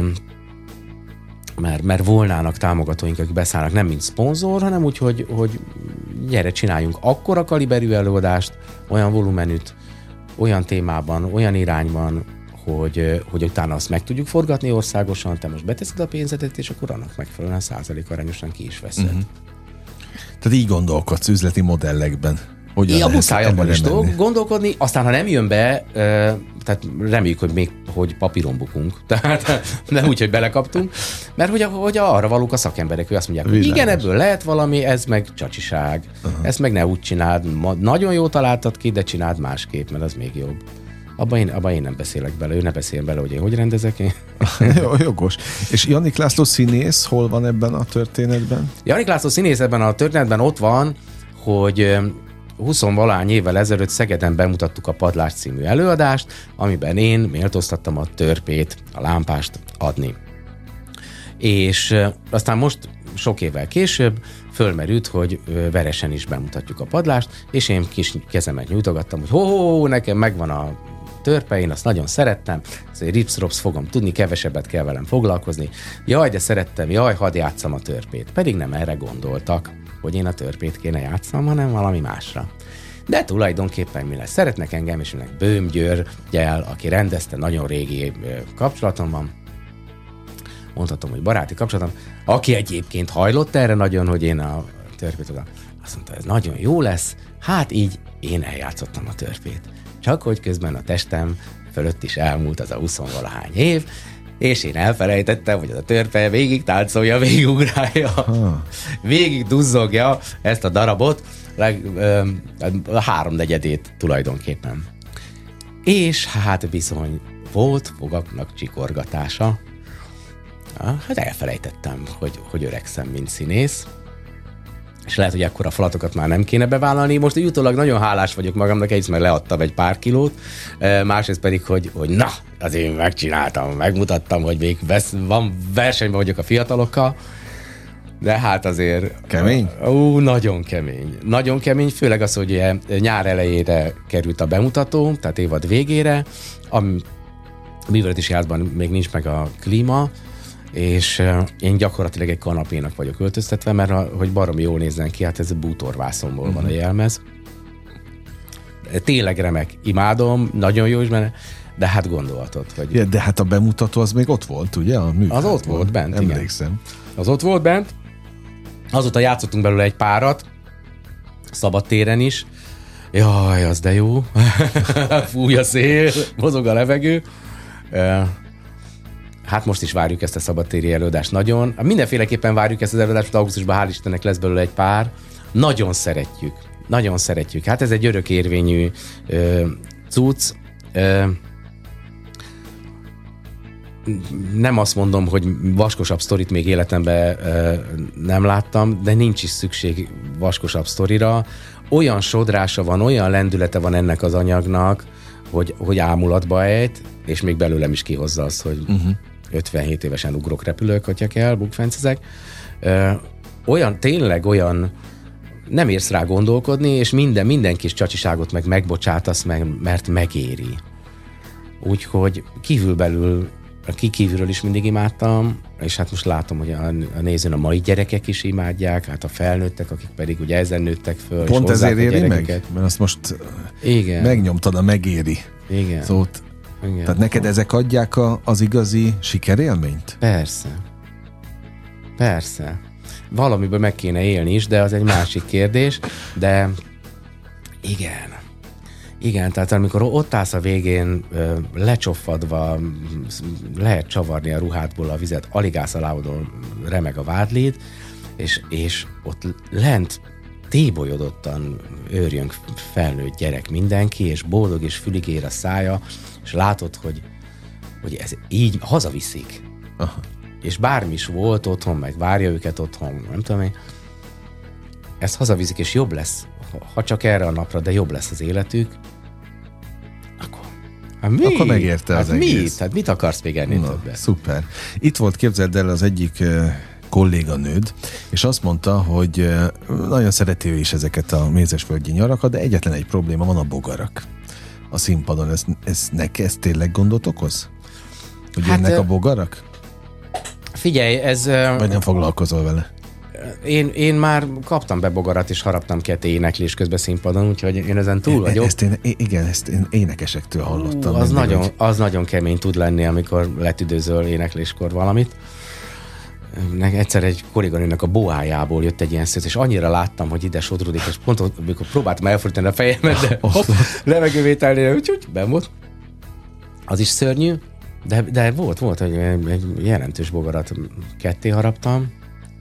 mert, mert volnának támogatóink, akik beszállnak nem mint szponzor, hanem úgy, hogy, hogy gyere, csináljunk akkora kaliberű előadást, olyan volumenűt, olyan témában, olyan irányban, Hogy, hogy utána azt meg tudjuk forgatni országosan, te most beteszed a pénzedet, és akkor annak megfelelően százalék arányosan ki is veszed. Uh-huh. Tehát így gondolkodsz üzleti modellekben. Hogyan a muszáj abban is gondolkodni, aztán ha nem jön be, tehát reméljük, hogy még hogy papíron bukunk, tehát nem úgy, hogy belekaptunk, mert hogy, hogy arra valók a szakemberek, hogy azt mondják, hogy igen, ebből lehet valami, ez meg csacsiság, uh-huh. ezt meg ne úgy csináld, nagyon jó találtad ki, de csináld másképp, mert az még jobb. Abban én, abba én nem beszélek bele, ő ne beszél bele, hogy én hogy rendezek én. Jogos. És Janik László színész hol van ebben a történetben? Janik László színész ebben a történetben ott van, hogy huszonvalány évvel ezelőtt Szegeden bemutattuk a Padlás című előadást, amiben én méltóztattam a törpét, a lámpást adni. És aztán most sok évvel később fölmerült, hogy Veresen is bemutatjuk a Padlást, és én kis kezemet nyújtogattam, hogy ho-ho, nekem megvan a törpe, én azt nagyon szerettem, azért rips-rops fogom tudni, kevesebbet kell velem foglalkozni. Jaj, de szerettem, jaj, hadd játsszam a törpét. Pedig nem erre gondoltak, hogy én a törpét kéne játszam, hanem valami másra. De tulajdonképpen mi lesz? Szeretnek engem, és mindenki Böhm Györgyel, aki rendezte, nagyon régi kapcsolatom van, mondhatom, hogy baráti kapcsolatom, aki egyébként hajlott erre nagyon, hogy én a törpét oda. Azt mondta, ez nagyon jó lesz. Hát így én eljátszottam a törpét. Csak hogy közben a testem fölött is elmúlt az a huszonvalahány év, és én elfelejtettem, hogy az a törpe végig táncolja, végig ugrálja, ha. végig duzzogja ezt a darabot, leg, ö, a háromnegyedét tulajdonképpen. És hát bizony volt fogaknak csikorgatása. Hát elfelejtettem, hogy, hogy öregszem, mint színész. És lehet, hogy ekkora falatokat már nem kéne bevállalni. Most utólag nagyon hálás vagyok magamnak, egyrészt meg leadtam egy pár kilót, másrészt pedig, hogy, hogy na, azért megcsináltam, megmutattam, hogy még vesz, van versenyben vagyok a fiatalokkal, de hát azért... Kemény? Ó, nagyon kemény. Nagyon kemény, főleg az, hogy nyár elejére került a bemutató, tehát évad végére, a műveleti házban még nincs meg a klíma, és én gyakorlatilag egy kanapénak vagyok öltöztetve, mert a, hogy baromi jól nézzen ki, hát ez a bútorvászonból uh-huh. van a jelmez. Tényleg remek, imádom, nagyon jó is benne, de hát gondolhatod, hogy... Ja, de hát a bemutató az még ott volt, ugye? A az ott volt bent, emlékszem. Igen. Az ott volt bent. Azóta játszottunk belőle egy párat, szabadtéren is. Jaj, az de jó. Fúj a szél, mozog a levegő. Hát most is várjuk ezt a szabadtéri előadást nagyon. Mindenféleképpen várjuk ezt az előadást, augusztusban hál' Istennek lesz belőle egy pár. Nagyon szeretjük. Nagyon szeretjük. Hát ez egy örökérvényű ö, cucc. Ö, nem azt mondom, hogy vaskosabb sztorit még életemben ö, nem láttam, de nincs is szükség vaskosabb sztorira. Olyan sodrása van, olyan lendülete van ennek az anyagnak, hogy, hogy ámulatba ejt, és még belőlem is kihozza azt, hogy uh-huh. ötvenhét évesen ugrok, repülök, hogyha kell, bukfencezek. Ö, olyan, tényleg olyan, nem érsz rá gondolkodni, és minden, minden kis csacsiságot meg megbocsátasz, meg, mert megéri. Úgyhogy kívülbelül, ki kívülről is mindig imádtam, és hát most látom, hogy a, a nézőn a mai gyerekek is imádják, hát a felnőttek, akik pedig ugye ezen nőttek föl. Pont ezért éri meg? Mert azt most igen. megnyomtad a megéri igen. szót. Igen. Tehát neked ezek adják a, az igazi sikerélményt? Persze. Persze. Valamiből meg kéne élni is, de az egy másik kérdés, de igen. Igen, tehát amikor ott állsz a végén lecsofadva, lehet csavarni a ruhádból a vizet, alig állsz a lábodon, remeg a vádlid, és, és ott lent tébolyodottan őrjön felnőtt gyerek mindenki, és boldog és fülig ér a szája, és látod, hogy, hogy ez így hazaviszik. Aha. És bármi is volt otthon, meg várja őket otthon, nem tudom én, ez hazaviszik, és jobb lesz, ha csak erre a napra, de jobb lesz az életük, akkor, hát mi? Akkor megérte az hát egész. Mit? Hát mit akarsz még ennél többet? Szuper. Itt volt, képzeld el, az egyik uh, kolléganőd, és azt mondta, hogy uh, nagyon szereti ő is ezeket a mézesvölgyi nyarakat, de egyetlen egy probléma van, a bogarak a színpadon. Ez, ez neki ez tényleg gondot okoz? Hogy hát, jönnek a bogarak? Figyelj, ez... Vagy nem foglalkozol vele? Én, én már kaptam be bogarat, és haraptam ketté éneklés közben színpadon, úgyhogy én ezen túl vagyok. Ezt én, igen, ezt én énekesektől hallottam. Uh, az, mindig, nagyon, hogy... az nagyon kemény tud lenni, amikor letüdőzöl énekléskor valamit. Egyszer egy kolléganőnek a boájából jött egy ilyen szőt, és annyira láttam, hogy ide sodródik, és pont amikor próbáltam elfordítani a fejemet, de hopp, levegővételnél, úgyhogy benn volt. Az is szörnyű, de, de volt, volt, hogy egy jelentős bogarat ketté haraptam.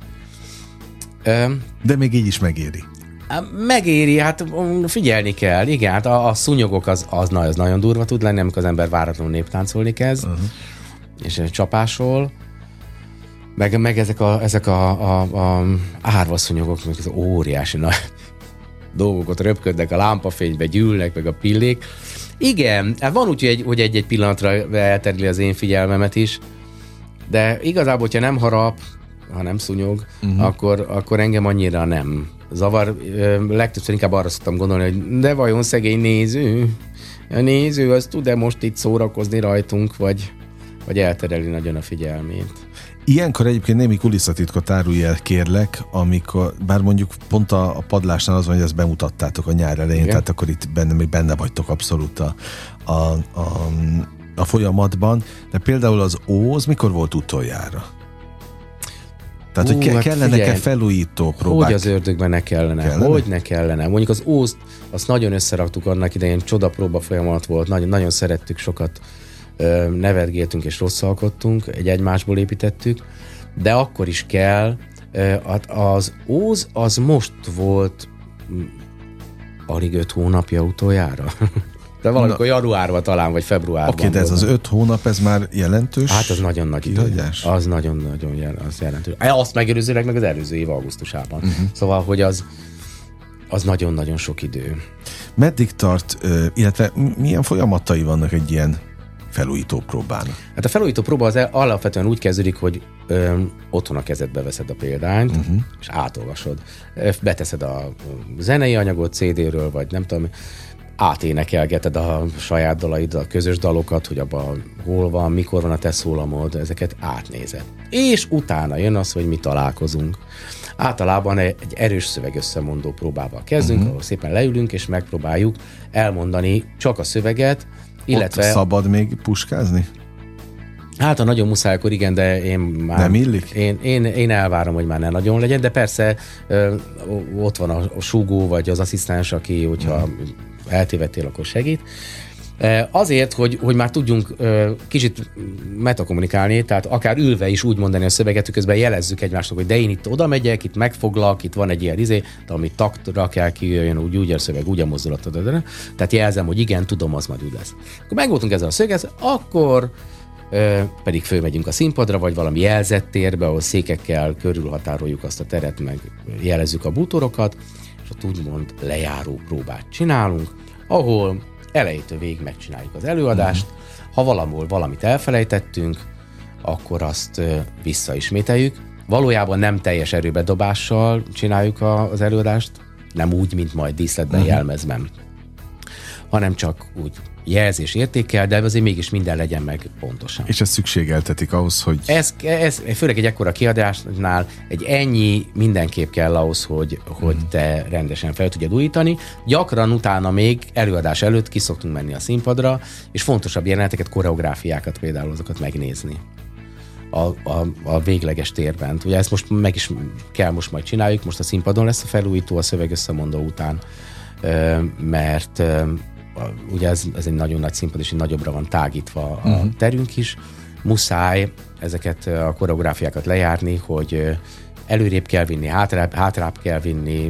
De még így is megéri. Megéri, hát figyelni kell, igen, hát a, a szúnyogok az, az, az nagyon durva tud lenni, amikor az ember váratlanul néptáncolni kezd, uh-huh. és csapásol, meg, meg ezek a, ezek a, a, a árvaszúnyogok, meg az óriási nagy dolgokat röpködnek a lámpafénybe, gyűlnek, meg a pillék. Igen, hát van úgy, hogy, hogy egy-egy pillanatra eltereli az én figyelmemet is, de igazából, hogyha nem harap, ha nem szúnyog, uh-huh. akkor, akkor engem annyira nem zavar. Legtöbbször inkább arra szoktam gondolni, hogy de vajon szegény néző? A néző az tud-e most itt szórakozni rajtunk, vagy, vagy eltereli nagyon a figyelmét? Ilyenkor egyébként némi kulisszatitkot árulj el, kérlek, amikor, bár mondjuk pont a, a padlásnál az van, hogy ezt bemutattátok a nyár elején, igen. Tehát akkor itt benne, még benne vagytok abszolút a, a, a, a folyamatban, de például az Óz mikor volt utoljára? Tehát, hogy hát kellenek-e felújító próbák? Hogy az ördögben ne kellene, kellene? Hogy ne kellene. Mondjuk az Ózt, azt nagyon összeraktuk annak idején, csodapróba folyamat volt, nagyon, nagyon szerettük, sokat ö, nevetgéltünk és rosszalkodtunk, egy egymásból építettük, de akkor is kell, ö, az Óz az most volt alig öt hónapja utoljára. De valamikor januárban talán, vagy februárban. Oké, okay, de ez az öt hónap, ez már jelentős? Hát az nagyon nagy idő. Az nagyon-nagyon jel, az jelentős. Azt megelőzőleg meg az előző év augusztusában. Uh-huh. Szóval, hogy az, az nagyon-nagyon sok idő. Meddig tart, illetve milyen folyamatai vannak egy ilyen felújító próbának? Hát a felújító próba az alapvetően úgy kezdődik, hogy ö, otthon a kezedbe veszed a példányt, uh-huh. és átolvasod. Beteszed a zenei anyagot cé dé-ről, vagy nem tudom, áténekelgeted a saját dalaid, a közös dalokat, hogy abban hol van, mikor van a te szólamod, ezeket átnézed. És utána jön az, hogy mi találkozunk. Általában egy erős szöveg összemondó próbával kezdünk, uh-huh. ahol szépen leülünk, és megpróbáljuk elmondani csak a szöveget, illetve... Ott szabad még puskázni? Hát, ha nagyon muszáj, akkor igen, de én már... Nem illik? Én, én, én elvárom, hogy már ne nagyon legyen, de persze ö, ott van a, a súgó, vagy az asszisztens, aki, hogyha uh-huh. eltévedtél, akkor segít. Azért, hogy, hogy már tudjunk kicsit metakommunikálni, tehát akár ülve is úgy mondani a szöveget, közben jelezzük egymásnak, hogy de én itt oda megyek, itt megfoglak, itt van egy ilyen izé, de amit taktra kell kijöjjön, úgy, úgy a szöveg, úgy a mozdulat, tehát jelzem, hogy igen, tudom, az majd úgy lesz. Akkor megvoltunk ezzel a szöveggel, akkor ö, pedig fölmegyünk a színpadra, vagy valami jelzett térbe, ahol székekkel körülhatároljuk azt a teret, meg jelezzük a bútorokat, és ott úgymond lejáró próbát csinálunk, ahol elejétől végig megcsináljuk az előadást. Uh-huh. Ha valamból valamit elfelejtettünk, akkor azt ö, visszaismételjük. Valójában nem teljes erőbedobással csináljuk a, az előadást, nem úgy, mint majd díszletben, uh-huh. jelmezben, hanem csak úgy jelzés értékkel, de azért mégis minden legyen meg pontosan. És ez szükségeltetik ahhoz, hogy... Ez, ez főleg egy ekkora kiadásnál egy ennyi mindenképp kell ahhoz, hogy, hogy mm. te rendesen fel tudjad újítani. Gyakran utána még előadás előtt ki szoktunk menni a színpadra, és fontosabb jeleneteket, koreográfiákat például azokat megnézni a, a, a végleges térben. Ugye ezt most meg is kell most majd csináljuk, most a színpadon lesz a felújító a szöveg összemondó után, mert ugye ez, ez egy nagyon nagy színpad, és nagyobbra van tágítva a uh-huh. terünk is. Muszáj ezeket a koreográfiákat lejárni, hogy előrébb kell vinni, hátrább, hátrább kell vinni.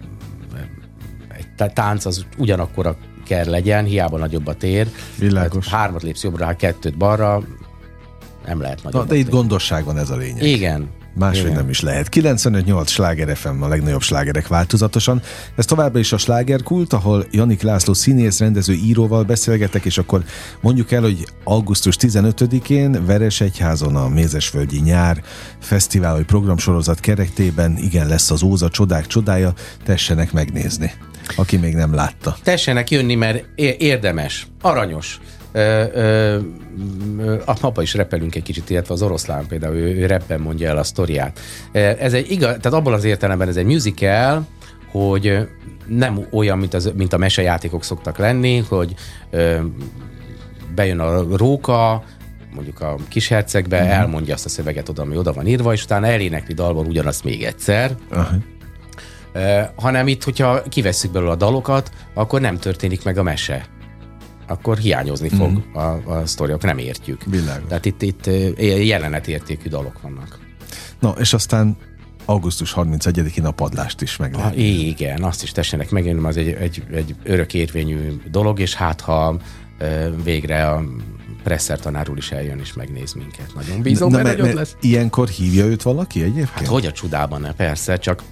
Egy tánc az ugyanakkora kell legyen, hiába nagyobb a tér. Világos. Hármat lépsz jobbra, hát kettőt balra, nem lehet nagyobb. Na, de itt gondosság van, ez a lényeg. Igen. Máshogy Igen. nem is lehet. kilencvenöt nyolc Sláger ef em, a legnagyobb slágerek változatosan. Ez továbbra is a Slágerkult, ahol Janik László színész, rendező, íróval beszélgetek, és akkor mondjuk el, hogy augusztus tizenötödikén Veresegyházon a Mézesvölgyi Nyár Fesztivál, vagy programsorozat keretében igen lesz az Óz, a csodák csodája, tessenek megnézni, aki még nem látta. Tessenek jönni, mert érdemes, aranyos. Ö, ö, ö, a mapa is repelünk egy kicsit, illetve az oroszlán például, ő, ő reppen mondja el a sztoriát. Ez egy igaz, tehát abban az értelemben ez egy musical, hogy nem olyan, mint, az, mint a mesejátékok szoktak lenni, hogy ö, bejön a róka, mondjuk a Kishercegbe, uh-huh. elmondja azt a szöveget oda, ami oda van írva, és utána elénekli dalban ugyanazt még egyszer. Uh-huh. Ö, hanem itt, hogyha kivesszük belőle a dalokat, akkor nem történik meg a mese. Akkor hiányozni fog mm. a, a sztori, akkor nem értjük. Világos. Tehát itt, itt jelenetértékű dalok vannak. Na, és aztán augusztus harmincegyedikén a padlást is meg lehet. Ah, igen, azt is tessenek megjönni, az egy, egy, egy örökérvényű dolog, és hát ha végre a Presser tanár úr is eljön és megnéz minket. Nagyon bízom, na, mert mert, mert lesz. Ilyenkor hívja őt valaki egyébként? Hát hogy a csodában, ne, persze, csak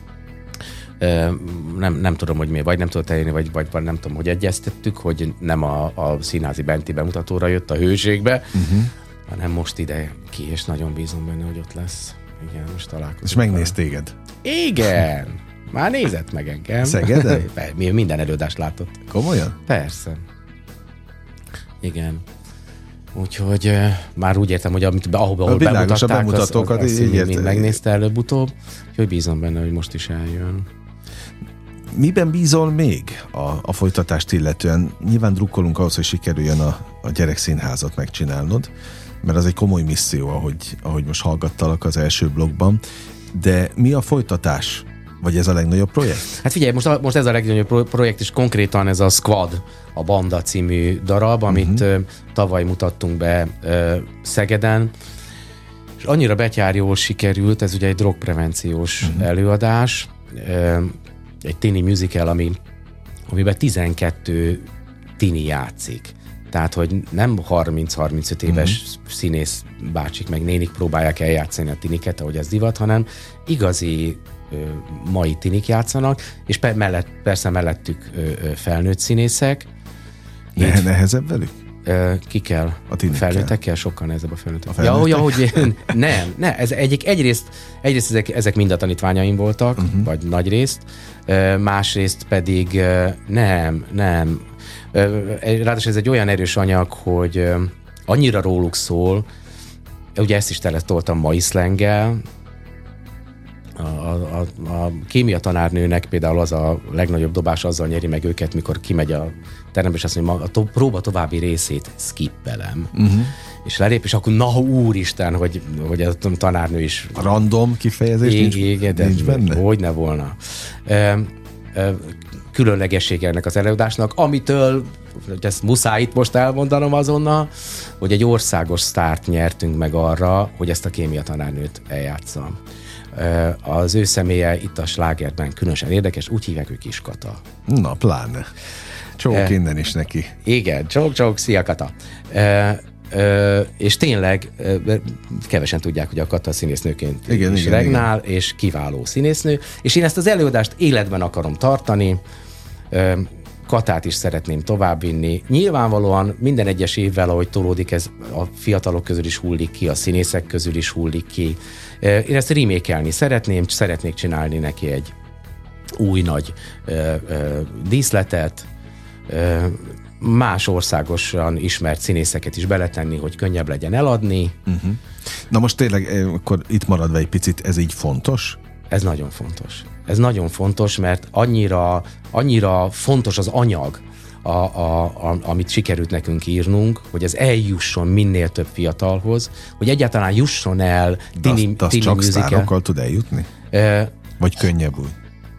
Nem, nem tudom, hogy mi, vagy nem tudott eljönni, vagy, vagy nem tudom, hogy egyeztettük, hogy nem a, a színházi benti bemutatóra jött a Hőségbe, uh-huh. hanem most ide ki, és nagyon bízom benne, hogy ott lesz. Igen, most találkozunk. És megnéz téged? Igen! Már nézett meg engem. Szegeden? Minden előadást látott. Komolyan? Persze. Igen. Úgyhogy uh, már úgy értem, hogy amit, ahova, ahol bemutatták, a bemutatókat, az, az, az, mind megnézte előbb-utóbb, úgyhogy bízom benne, hogy most is eljön. Miben bízol még a, a folytatást illetően? Nyilván drukkolunk ahhoz, hogy sikerüljön a, a gyerekszínházat megcsinálnod, mert az egy komoly misszió, ahogy, ahogy most hallgattalak az első blogban. De mi a folytatás? Vagy ez a legnagyobb projekt? Hát figyelj, most, a, most ez a legnagyobb projekt, és konkrétan ez a Squad, a Banda című darab, amit uh-huh. tavaly mutattunk be uh, Szegeden, és annyira betyár sikerült, ez ugye egy drogprevenciós uh-huh. előadás, uh, egy tini musical, ami, amiben tizenkettő tini játszik. Tehát, hogy nem harminc-harmincöt éves uh-huh. színész bácsik meg nénik próbálják eljátszani a tiniket, ahogy ez divat, hanem igazi ö, mai tinik játszanak, és pe- mellett, persze mellettük ö, ö, felnőtt színészek. Ne- nehezebb velük? Ö, ki kell? A tinikkel. Felnőttekkel? Sokkal nehezebb a felnőttek. A felnőttek? Ja, hogy nem, ne, ez egyik, egyrészt, egyrészt ezek, ezek mind a tanítványaim voltak, uh-huh. vagy nagy részt, ö, másrészt pedig ö, nem, nem, ráadásul ez egy olyan erős anyag, hogy annyira róluk szól, ugye ezt is teletoltam mai szlenggel, a, a, a kémia tanárnőnek például az a legnagyobb dobás, azzal nyeri meg őket, mikor kimegy a terembe, és azt mondja, a to- próba további részét skippelem. Uh-huh. És lelép, és akkor na úristen, hogy, hogy a tanárnő is... Random kifejezés é, nincs, igen, de nincs benne? Hogy ne volna. E, e, különlegesség ennek az előadásnak, amitől, ezt muszáj itt most elmondanom azonnal, hogy egy országos sztárt nyertünk meg arra, hogy ezt a kémia tanárnőt eljátszam. Az ő személye itt a slágerben különösen érdekes, úgy hívják, ő Kis Kata. Na, pláne. Csók e, innen is neki. Igen, csók, csók, szia Kata. E, e, és tényleg e, kevesen tudják, hogy a Kata színésznőként igen, is igen, regnál, igen. és kiváló színésznő, és én ezt az előadást életben akarom tartani, e, Katát is szeretném továbbvinni. Nyilvánvalóan minden egyes évvel, ahogy tolódik, ez a fiatalok közül is hullik ki, a színészek közül is hullik ki. Én ezt remékelni szeretném, szeretnék csinálni neki egy új nagy ö, ö, díszletet, ö, más országosan ismert színészeket is beletenni, hogy könnyebb legyen eladni. Uh-huh. Na most tényleg, akkor itt maradva egy picit, ez így fontos? Ez nagyon fontos. Ez nagyon fontos, mert annyira, annyira fontos az anyag, a, a, a, amit sikerült nekünk írnunk, hogy ez eljusson minél több fiatalhoz, hogy egyáltalán jusson el tini, de azt, tini csak musical. sztárokkal tud eljutni? E, Vagy könnyebb úgy?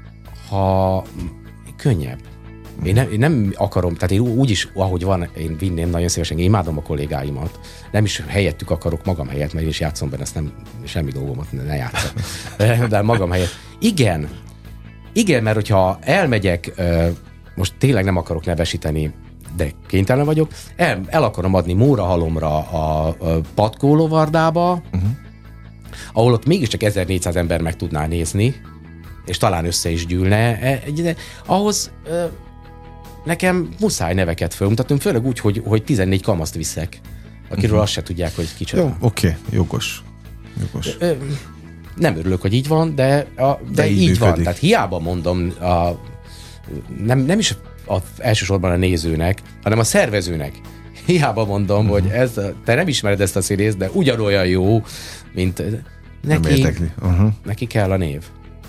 Ha könnyebb. Én nem, én nem akarom, tehát én úgy is, ahogy van, én vinném nagyon szívesen, én imádom a kollégáimat. Nem is helyettük akarok magam helyett, mert én is játszom benne, ezt nem, semmi dolgom, ne játszom. De magam helyett. Igen, igen, mert hogyha elmegyek, most tényleg nem akarok nevesíteni, de kénytelen vagyok, el, el akarom adni Mórahalomra a, a Patkólovardába, uh-huh. ahol ott mégiscsak ezernégyszáz ember meg tudná nézni, és talán össze is gyűlne. De ahhoz nekem muszáj neveket fölmutatnunk, főleg úgy, hogy, hogy tizennégy kamaszt viszek, akiről uh-huh. azt se tudják, hogy kicsoda. Jó, oké, okay, jogos. jogos. Ö, nem örülök, hogy így van, de, a, de, de így, így van. Tehát hiába mondom, a, nem, nem is a, elsősorban a nézőnek, hanem a szervezőnek. Hiába mondom, uh-huh. hogy ez, te nem ismered ezt a színészt, de ugyanolyan jó, mint neki, uh-huh. neki kell a név.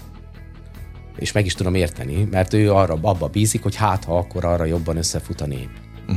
És meg is tudom érteni, mert ő arra, abba bízik, hogy hát, ha akkor arra jobban összefut a nép. Uh-huh.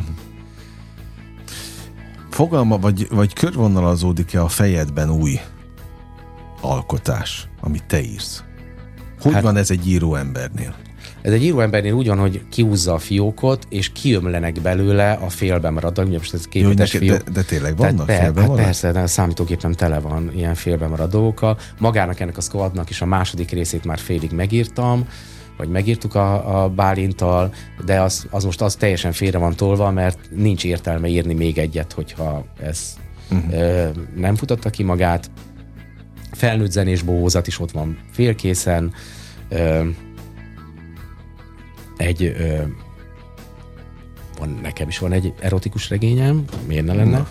Fogalma, vagy, vagy körvonalazódik-e a fejedben új alkotás, amit te írsz? Hogy hát, van ez egy író embernél? Ez egy író embernél úgy van, hogy kiúzza a fiókot, és kiömlenek belőle a félben maradt. Most ez képletes fiók. De, de tényleg vannak Tehát, félben hát persze, de a számítógépem tele van ilyen félben maradt dolgokkal. Magának ennek a Squadnak is a második részét már félig megírtam, vagy megírtuk a, a Bálinttal, de az, az most az teljesen félre van tolva, mert nincs értelme írni még egyet, hogyha ez uh-huh. ö, nem futotta ki magát. Felnőtt zenés bohózat is ott van félkészen. Ö, egy ö, van, nekem is van egy erotikus regényem, miért ne lenne?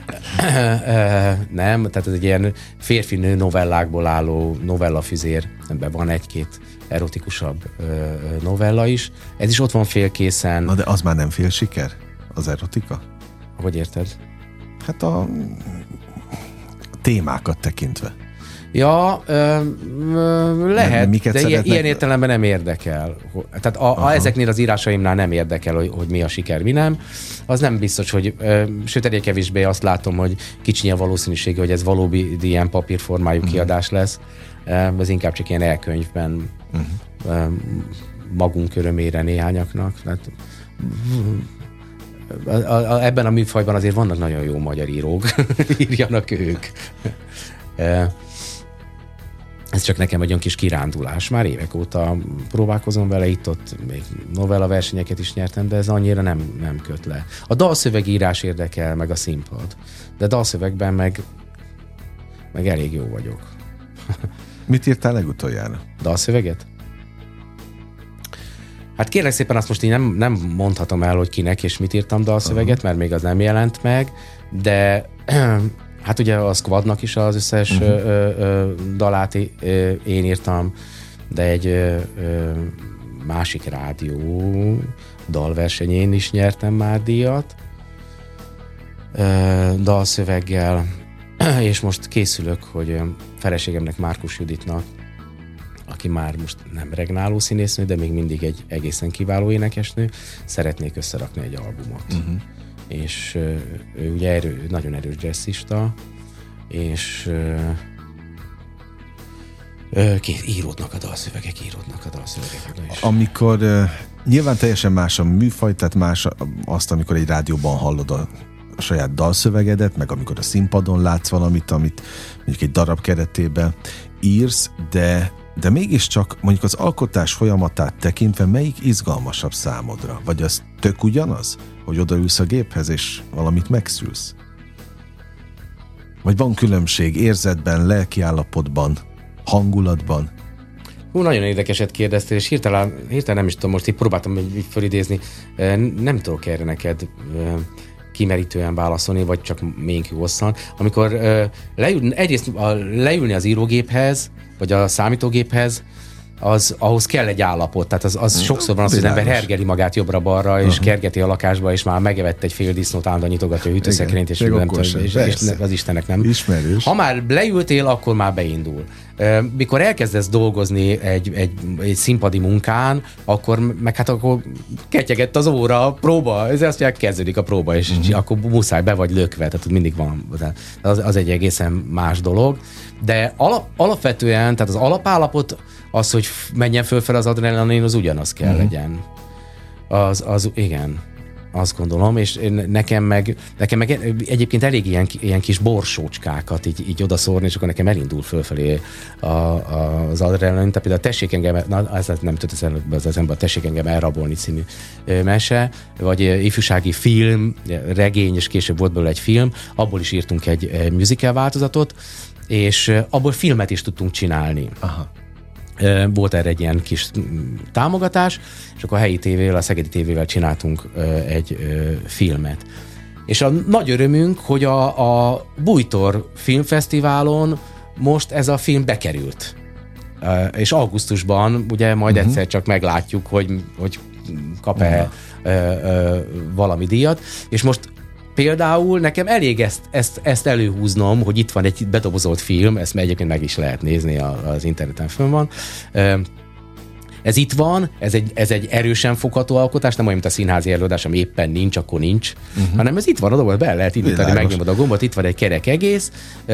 Nem, tehát ez egy ilyen férfi-nő novellákból álló novellafüzér, ebben van egy-két erotikusabb ö, novella is. Ez is ott van félkészen. Na de az már nem fél siker? Az erotika? Hogy érted? Hát a témákat tekintve. Ja, ö, ö, lehet, Miket de szeretnek? ilyen értelemben nem érdekel. Tehát a, a, ezeknél az írásaimnál nem érdekel, hogy, hogy mi a siker, mi nem. Az nem biztos, hogy, ö, sőt, egyre kevésbé azt látom, hogy kicsi a valószínűsége, hogy ez valódi ilyen papírformájú uh-huh. kiadás lesz. Ez inkább csak ilyen elkönyvben uh-huh. magunk örömére néhányaknak. Hát, a, a, a, ebben a műfajban azért vannak nagyon jó magyar írók, írjanak ők. Ez csak nekem egy olyan kis kirándulás. Már évek óta próbálkozom vele, itt-ott még novella versenyeket is nyertem, de ez annyira nem, nem köt le. A dalszövegírás érdekel, meg a színpad. De dalszövegben meg, meg elég jó vagyok. Mit írtál legutoljára? Dalszöveget? Hát kérlek szépen, azt most én nem, nem mondhatom el, hogy kinek és mit írtam dalszöveget, uh-huh. mert még az nem jelent meg, de hát ugye a Squadnak is az összes uh-huh. ö, ö, dalát ö, én írtam, de egy ö, ö, másik rádió dalversenyén is nyertem már díjat ö, dalszöveggel, és most készülök, hogy feleségemnek, Márkus Juditnak, aki már most nem regnáló színésznő, de még mindig egy egészen kiváló énekesnő, szeretnék összerakni egy albumot. Uh-huh. És ő, ő ugye erő, nagyon erős jazzista, és Kész, íródnak a dalszövegek, íródnak a dalszövegek. Amikor uh, nyilván teljesen más a műfaj, tehát más azt, amikor egy rádióban hallod a, a saját dalszövegedet, meg amikor a színpadon látsz valamit, amit mondjuk egy darab keretében írsz, de, de mégiscsak mondjuk az alkotás folyamatát tekintve melyik izgalmasabb számodra? Vagy az tök ugyanaz, hogy odaülsz a géphez és valamit megszülsz? Vagy van különbség érzetben, lelkiállapotban, hangulatban? Hú, nagyon érdekeset kérdeztél, és hirtelen, hirtelen nem is tudom, most így próbáltam így fölidézni, nem tudok erre neked kimerítően válaszolni, vagy csak még hosszan. Amikor leül, egyrészt a, leülni az írógéphez, vagy a számítógéphez, az, ahhoz kell egy állapot. Tehát az, az sokszor van az, hogy az ember hergeli magát jobbra-balra, és uh-huh. kergeti a lakásba, és már megevett egy fél disznót, állandóan nyitogatja a hűtőszekrényt, és, nem tudom, és, és az Istennek nem. Ismerős. Ha már leültél, akkor már beindul. Mikor elkezdesz dolgozni egy, egy, egy színpadi munkán, akkor meg hát akkor ketyegett az óra, próba, ez azt mondják, kezdődik a próba, és uh-huh. akkor muszáj be vagy lökve, tehát mindig van. Az, az egy egészen más dolog. De alap, alapvetően, tehát az alapállapot az, hogy menjen fölfel az adrenalin, az ugyanaz kell uh-huh. legyen. Az, az, igen, azt gondolom, és nekem meg, nekem meg egyébként elég ilyen, ilyen kis borsócskákat így, így odaszórni, és akkor nekem elindul fölfelé a, a, az adrenalin. Tehát például a Tessék engem, na, ez nem tudod, az az ember a Tessék engem elrabolni című mese, vagy ifjúsági film, regény, és később volt belőle egy film, abból is írtunk egy, egy musical változatot, és abból filmet is tudtunk csinálni. Aha. Volt erre egy ilyen kis támogatás, és akkor a helyi tévével, a szegedi tévével csináltunk egy filmet. És a nagy örömünk, hogy a, a Bújtor Filmfesztiválon most ez a film bekerült. És augusztusban ugye majd uh-huh. egyszer csak meglátjuk, hogy, hogy kap-e uh-huh. valami díjat, és most például nekem elég ezt, ezt, ezt előhúznom, hogy itt van egy bedobozolt film, ezt egyébként meg is lehet nézni, az interneten fönn van. Ez itt van, ez egy, ez egy erősen fogható alkotás, nem olyan, mint a színházi előadás, ami éppen nincs, akkor nincs, uh-huh. hanem ez itt van a dobot, be lehet indítani, megnyomod a gombot, itt van egy kerek egész.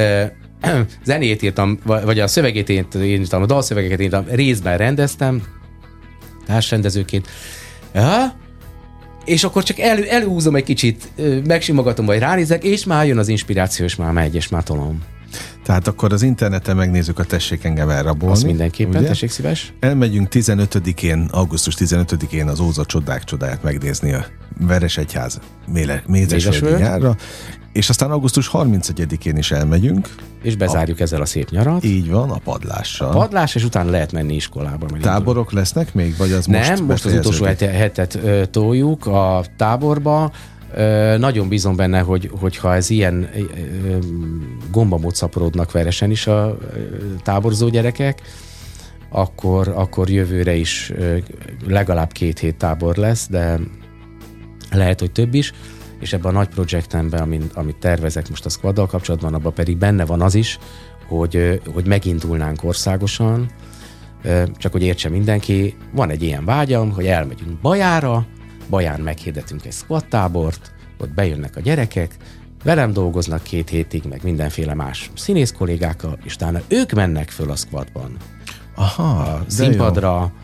Zenét írtam, vagy a szövegét írtam, a dalszövegeket írtam, részben rendeztem, társrendezőként. Ja, és akkor csak elő, előhúzom egy kicsit, megsimogatom, vagy ránézek, és már jön az inspiráció, és már megy, és már tolom. Tehát akkor az interneten megnézzük a Tessék engem elrabolni. Azt mindenképpen, ugye? Tessék szíves. Elmegyünk tizenötödikén, augusztus tizenötödikén az Óza csodák csodáját megnézni a Veresegyház Mézesvölgyi nyárra, és aztán augusztus harmincegyedikén is elmegyünk. És bezárjuk a... ezzel a szép nyarat. Így van, a padlással. A padlás, és utána lehet menni iskolába. Táborok indul. Lesznek még? Vagy az Nem, most, most az utolsó hetet ö, toljuk a táborba. Ö, nagyon bízom benne, hogy, hogyha ez ilyen ö, gombamód szaporodnak Veresen is a ö, táborzó gyerekek, akkor, akkor jövőre is ö, legalább két hét tábor lesz, de lehet, hogy több is. És ebben a nagy projektemben, amit, amit tervezek most a Squaddal kapcsolatban, abban pedig benne van az is, hogy, hogy megindulnánk országosan, csak hogy értse mindenki, van egy ilyen vágyam, hogy elmegyünk Bajára, Baján meghirdetünk egy squad tábort, ott bejönnek a gyerekek, velem dolgoznak két hétig, meg mindenféle más színész kollégákkal, és utána ők mennek föl a squadban. Aha, a színpadra, a,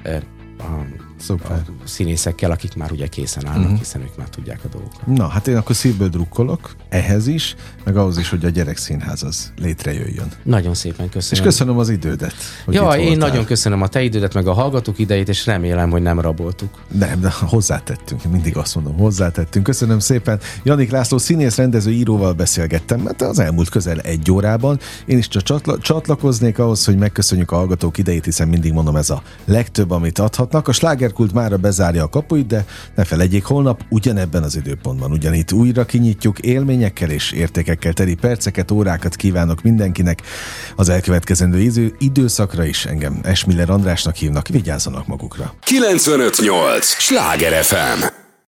a színészekkel, akik már ugye készen állnak, uh-huh. hiszen ők már tudják a dolgokat. Na, hát én akkor szívből drukkolok ehhez is, meg ahhoz is, hogy a gyerekszínház az létrejöjjön. Nagyon szépen köszönöm. És köszönöm az idődet. Ja, én nagyon köszönöm a te idődet, meg a hallgatók idejét, és remélem, hogy nem raboltuk. Nem, de hozzátettünk, mindig azt mondom, hozzátettünk. Köszönöm szépen. Janik László színész, rendező, íróval beszélgettem, mert az elmúlt közel egy órában. Én is csak csatla- csatlakoznék ahhoz, hogy megköszönjük a hallgatók idejét, hiszen mindig mondom, ez a legtöbb, amit adhatnak. A Slágerkult mára bezárja a kapuit, de ne felejtjék, holnap ugyanebben az időpontban ugyanitt újra kinyitjuk. Élményekkel és értékekkel teli perceket, órákat kívánok mindenkinek az elkövetkezendő idő, időszakra is. Engem Esmiller Andrásnak hívnak, vigyázzanak magukra. kilencvenöt nyolc Sláger ef em